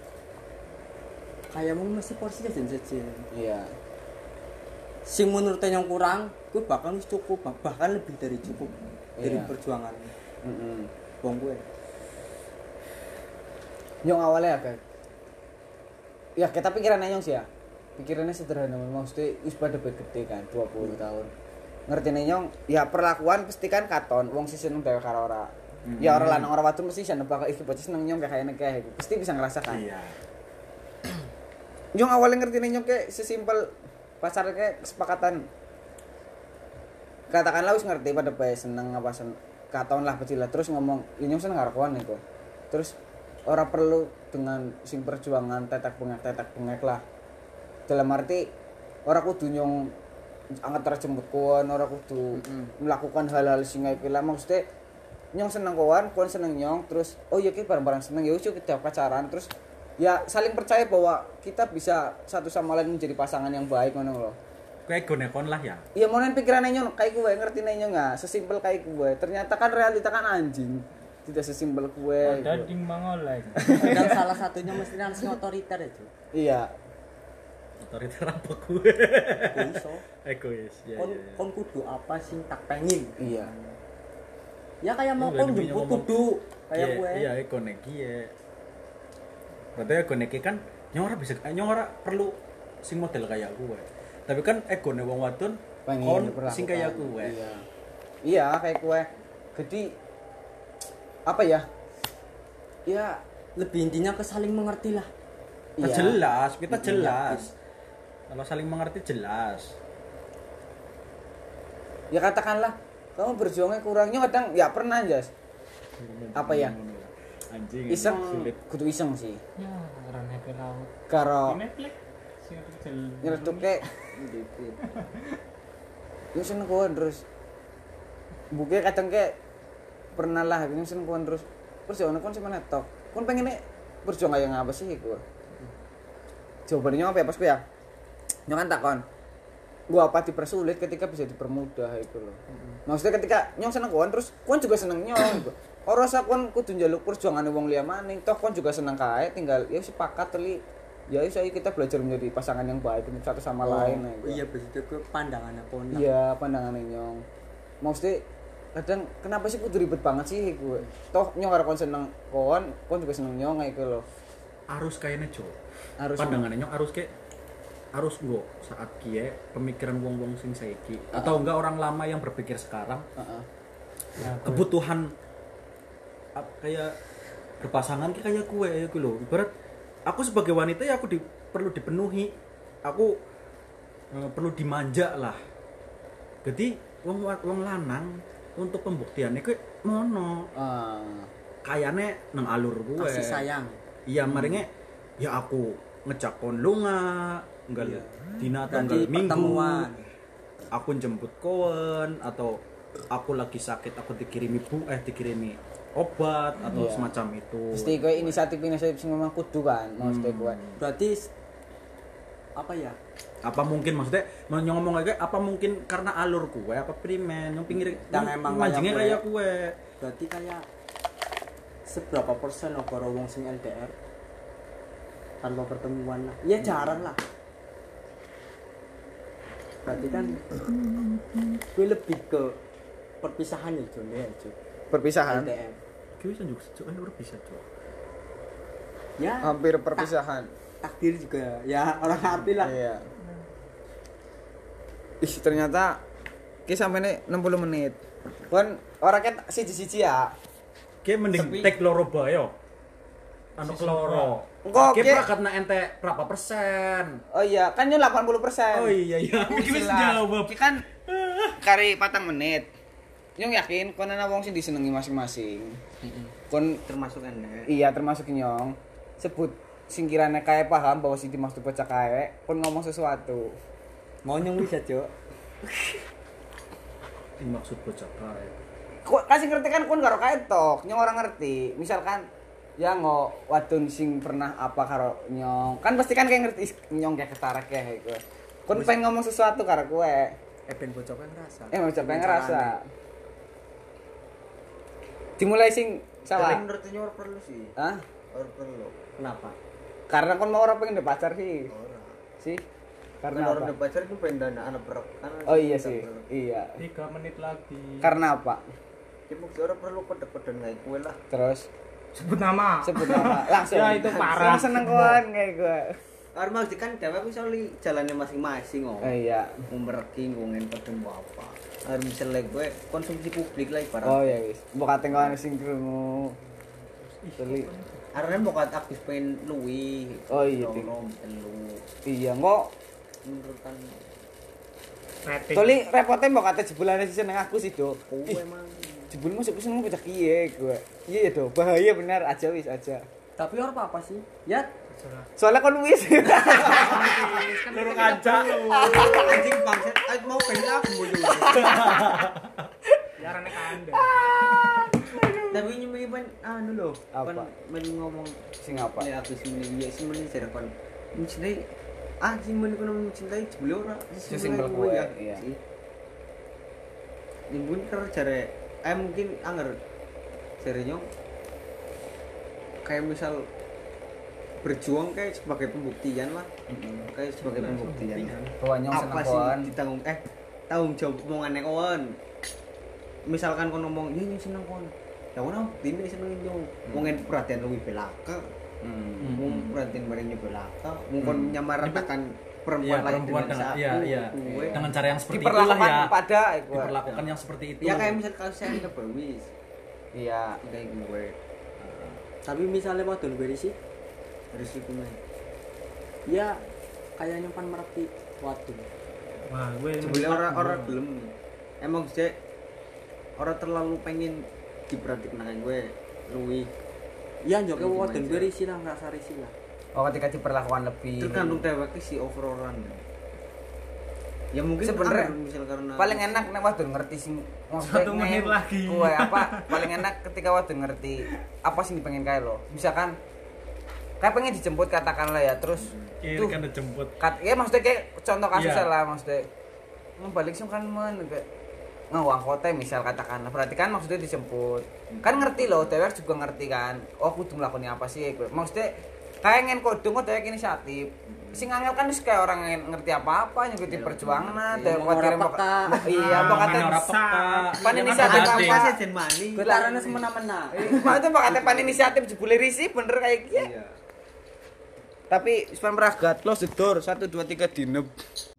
Kayak mau masih porsinya jen-jen. Iya. Sing menurutnya yang kurang, gue bahkan wis cukup, bahkan lebih dari cukup dari Iya. perjuangan Heeh. wong gue. Nyong awalnya agak ya kita pikirannya nyong sih ya pikirannya sederhana maksudnya wis pada gede kan dua puluh tahun ngerti nih nyong ya perlakuan pasti kan katon wong sih seneng dhewe karo ora ya ora lanang ora wadon mesti seneng bakal iki bocah seneng nyong kayak kayak gitu pasti bisa ngerasakan iya nyong awalnya ngerti nih nyong kayak sesimpel pasar kayak kesepakatan katakanlah wis ngerti pada bae seneng apa sen katon lah kecil lah terus ngomong ya nyong seneng karo kowe niku terus ora perlu dengan sing perjuangan tetek bengek tetek bengek lah dalam arti ora kudu nyong angkat terjemput kowe ora kudu melakukan hal-hal sing iki lah maksudnya nyong seneng kowe kowe seneng nyong terus oh iya kita bareng-bareng seneng ya wis yuk kita pacaran terus ya saling percaya bahwa kita bisa satu sama lain menjadi pasangan yang baik ngono lho kayak gonekon lah ya iya mau nen pikirannya nyong kayak gue ngerti nih nyong nggak sesimpel kayak gue ternyata kan realita kan anjing tidak sesimpel gue Ada ding mangolek. Dan salah satunya mesti langsung otoriter itu. iya otoriter apa gue Gue iso. egois ya Kon ya, ya. kon kudu apa sing tak pengen. iya Ya kayak mau Iya, kon lebih jemput ngomong. kudu kayak Iya, gue. iya ekoneki ya berarti ekoneki kan nyong ora bisa eh, nyong ora perlu sing model kayak gue tapi kan egone wong wadon pengen kon diperlakukan. sing kayak gue iya iya kayak gue jadi apa ya ya Lebih intinya ke saling mengerti lah. Kita iya. jelas kita Iya, jelas kalau saling mengerti jelas Ya katakanlah kamu berjuangnya kurangnya kadang ya pernah jas apa ya anjing iseng sulit kudu iseng sih Ya, orang happy laut. karo Netflix. Sing kecil. nyeretuke yo seneng kowe terus buke kadang ke pernah lah ini seneng kowe terus terus ya ono kon sing tok kon pengen berjuang kayak ngapa sih iku jawabannya apa ya pas ku ya nyong kan takon gua apa dipersulit ketika bisa dipermudah itu loh maksudnya ketika nyong seneng kowe terus kowe juga seneng nyong gitu ora usah kon kudu njaluk perjuangane wong liya maning toh kon juga seneng kae tinggal ya sepakat teli ya iso kita belajar menjadi pasangan yang baik untuk satu sama lain nah, gitu. Iya begitu ke pandangan aku. Iya, pandangannya nyong. Maksudnya kadang kenapa sih kudu ribet banget sih gue? Toh nyong karo kon seneng kon, kon juga seneng nyong kayak gitu loh. arus kayaknya Jo. Arus Pandangannya nyong arus kayak arus nggo saat kie pemikiran wong-wong sing saiki atau enggak orang lama yang berpikir sekarang. Heeh. Kebutuhan ap- kayak berpasangan ki kayak kue ya gitu loh. Ibarat aku sebagai wanita ya aku di, perlu dipenuhi. Aku eh, perlu dimanja lah. Jadi wong wong lanang untuk pembuktiannya kayak mono. Ah. Kayane nang alur gue. Kasih sayang. Iya maringe ya aku ngecak kon lunga, enggal Iya. dina atau Berarti enggal minggu. pertemuan. Aku jemput kowen atau aku lagi sakit aku dikirimi bu eh dikirimi obat atau Iya. semacam itu. Mesti kowe inisiatif-inisiatif sing memang kudu kan, maksudnya kowe. Berarti apa ya? Apa mungkin maksudnya mau ngomong kayak apa mungkin karena alur kue apa primen yang pinggir Dan emang mancingnya kayak kayak kue. Berarti kayak seberapa persen negara wong sing L D R tanpa pertemuan lah. Ya jarang lah. Berarti kan gue lebih ke perpisahan ya Jon ya Jon. Perpisahan. L D R. Gue bisa juga cok, eh bisa cok. Ya Hampir perpisahan. takdir juga ya orang arti lah. Iya. Ih, ternyata ki sampe enam puluh menit. Kon ora ket siji-siji ya. Kayak mending Tapi- tek loro bayo. Anu keloro. Engko Kayak ki prakat na ente berapa persen? oh iya, kan yo delapan puluh persen. Oh iya iya. Iki wis jawab. Ki kan kari patang menit. Nyong yakin kon ana wong sing disenengi masing-masing. Kon termasuk anda iya termasuk nyong sebut singkirannya kayak paham bahwa sing dimaksud bocah kayak kon ngomong sesuatu. Mau nyong bisa Cok. Ini maksud bocah kae. Kok kasih ngerti kan kon karo kae tok, nyong orang ngerti. Misalkan ya ngo wadon sing pernah apa karo nyong. Kan pasti kan kayak ngerti nyong kayak ketara kayak kowe. Kon pengen ngomong sesuatu karo kowe. Eh ben bocah kan ngerasa. Eh mau coba ngerasa. Dimulai sing tapi salah. menurutnya orang perlu sih Hah? orang perlu Kenapa? Karena kon mau orang pengen pacar sih. orang Sih. karena Karena orang apa? udah pacar itu pengen dana anak berak kan Oh iya sih. Iya. tiga menit lagi. Karena apa? ya mungkin orang perlu kode-kode kayak gue lah Terus Sebut nama. sebut nama langsung. Ya, itu parah. Langsung seneng kon kayak gue. orang mau kan dewek bisa li jalannya masing-masing oh Oh iya. mau mereki ngomongin kode mau apa harus misalnya gue konsumsi publik lah ibarat Oh iya wis. Mbok kate ngono sing krungu. Beli. karena mau kata aktif pengen luwi Oh iya, Ting. lu lu Iya, kok menurut kan Rating. Toli repotnya mbok kate jebulane sih seneng aku sih, Do. gue Ih, emang jebulmu sik seneng bocah kiye gue. Iya ya, Do. Bahaya bener aja wis aja. Tapi orang apa sih? Ya Soalnya kon wis. Loro kaca lu. anjing bangsa aku mau pengen aku mau juga Ya rane kanda. tapi nyumbang anu loh Apa? kan men ngomong Sing apa? ya aku sih ya sih men cara kon mencintai ah sih men kono mencintai jebule ora Si simpel gue, iya. ya mungkin karena cara eh mungkin anger caranya kayak misal berjuang kayak sebagai pembuktian lah kayak sebagai pembuktian Bahwa nyong seneng apa sih kon. ditanggung eh tanggung jawab omongannya kawan misalkan kon ngomong iya nyong seneng kon ya kon buktiin dia seneng nyong ngomongin perhatian lebih belaka Hmm. mau perhatian barengnya belaka mau kon nyamaratakan perempuan Iya, lain perempuan dengan dengan aku iya iya. gue Dengan cara yang seperti itulah Diperlakukan ya. pada gue. Diperlakukan yang seperti itu. ya kayak misal kalau saya ada bewis Iya. kayak gue tapi misalnya wadon gue sih risiko mah ya kayak nyimpan merati wadon. Wah, gue sebenarnya orang orang belum emang sih orang terlalu pengen diperhatikan dengan gue luwi Iya njoke Gimana wadon sih? gue risi lah ngerasa risi lah. Oh ketika diperlakukan lebih. tergantung dewek si over orang ya mungkin Sebenarnya anger, misal karena paling enak nek wadon ngerti sing Satu menit nge- lagi. Kue apa paling enak ketika wadon ngerti apa sing pengen kae lo. Misalkan kayak pengen dijemput katakanlah ya terus Kiri tuh kan dijemput. kat ya maksudnya kayak contoh kasus Iya. lah maksudnya mau balik sih kan men kayak ngawang kota misal katakanlah berarti kan maksudnya dijemput kan ngerti loh dewek juga ngerti kan oh aku tuh melakukan apa sih maksudnya kayak ngen kodong kok dewek inisiatif sing angel kan wis kayak orang yang ngerti apa-apa nyuguti perjuangan nah dewek Orang kuatir peka. iya mbok kate Orang peka. pan inisiatif Ada apa sih jen mani Gelarane semena-mena. maksudnya mbok kate pan inisiatif jebule risi bener kayak gitu iya Tapi sperma ragat close the door satu dua tiga dinep.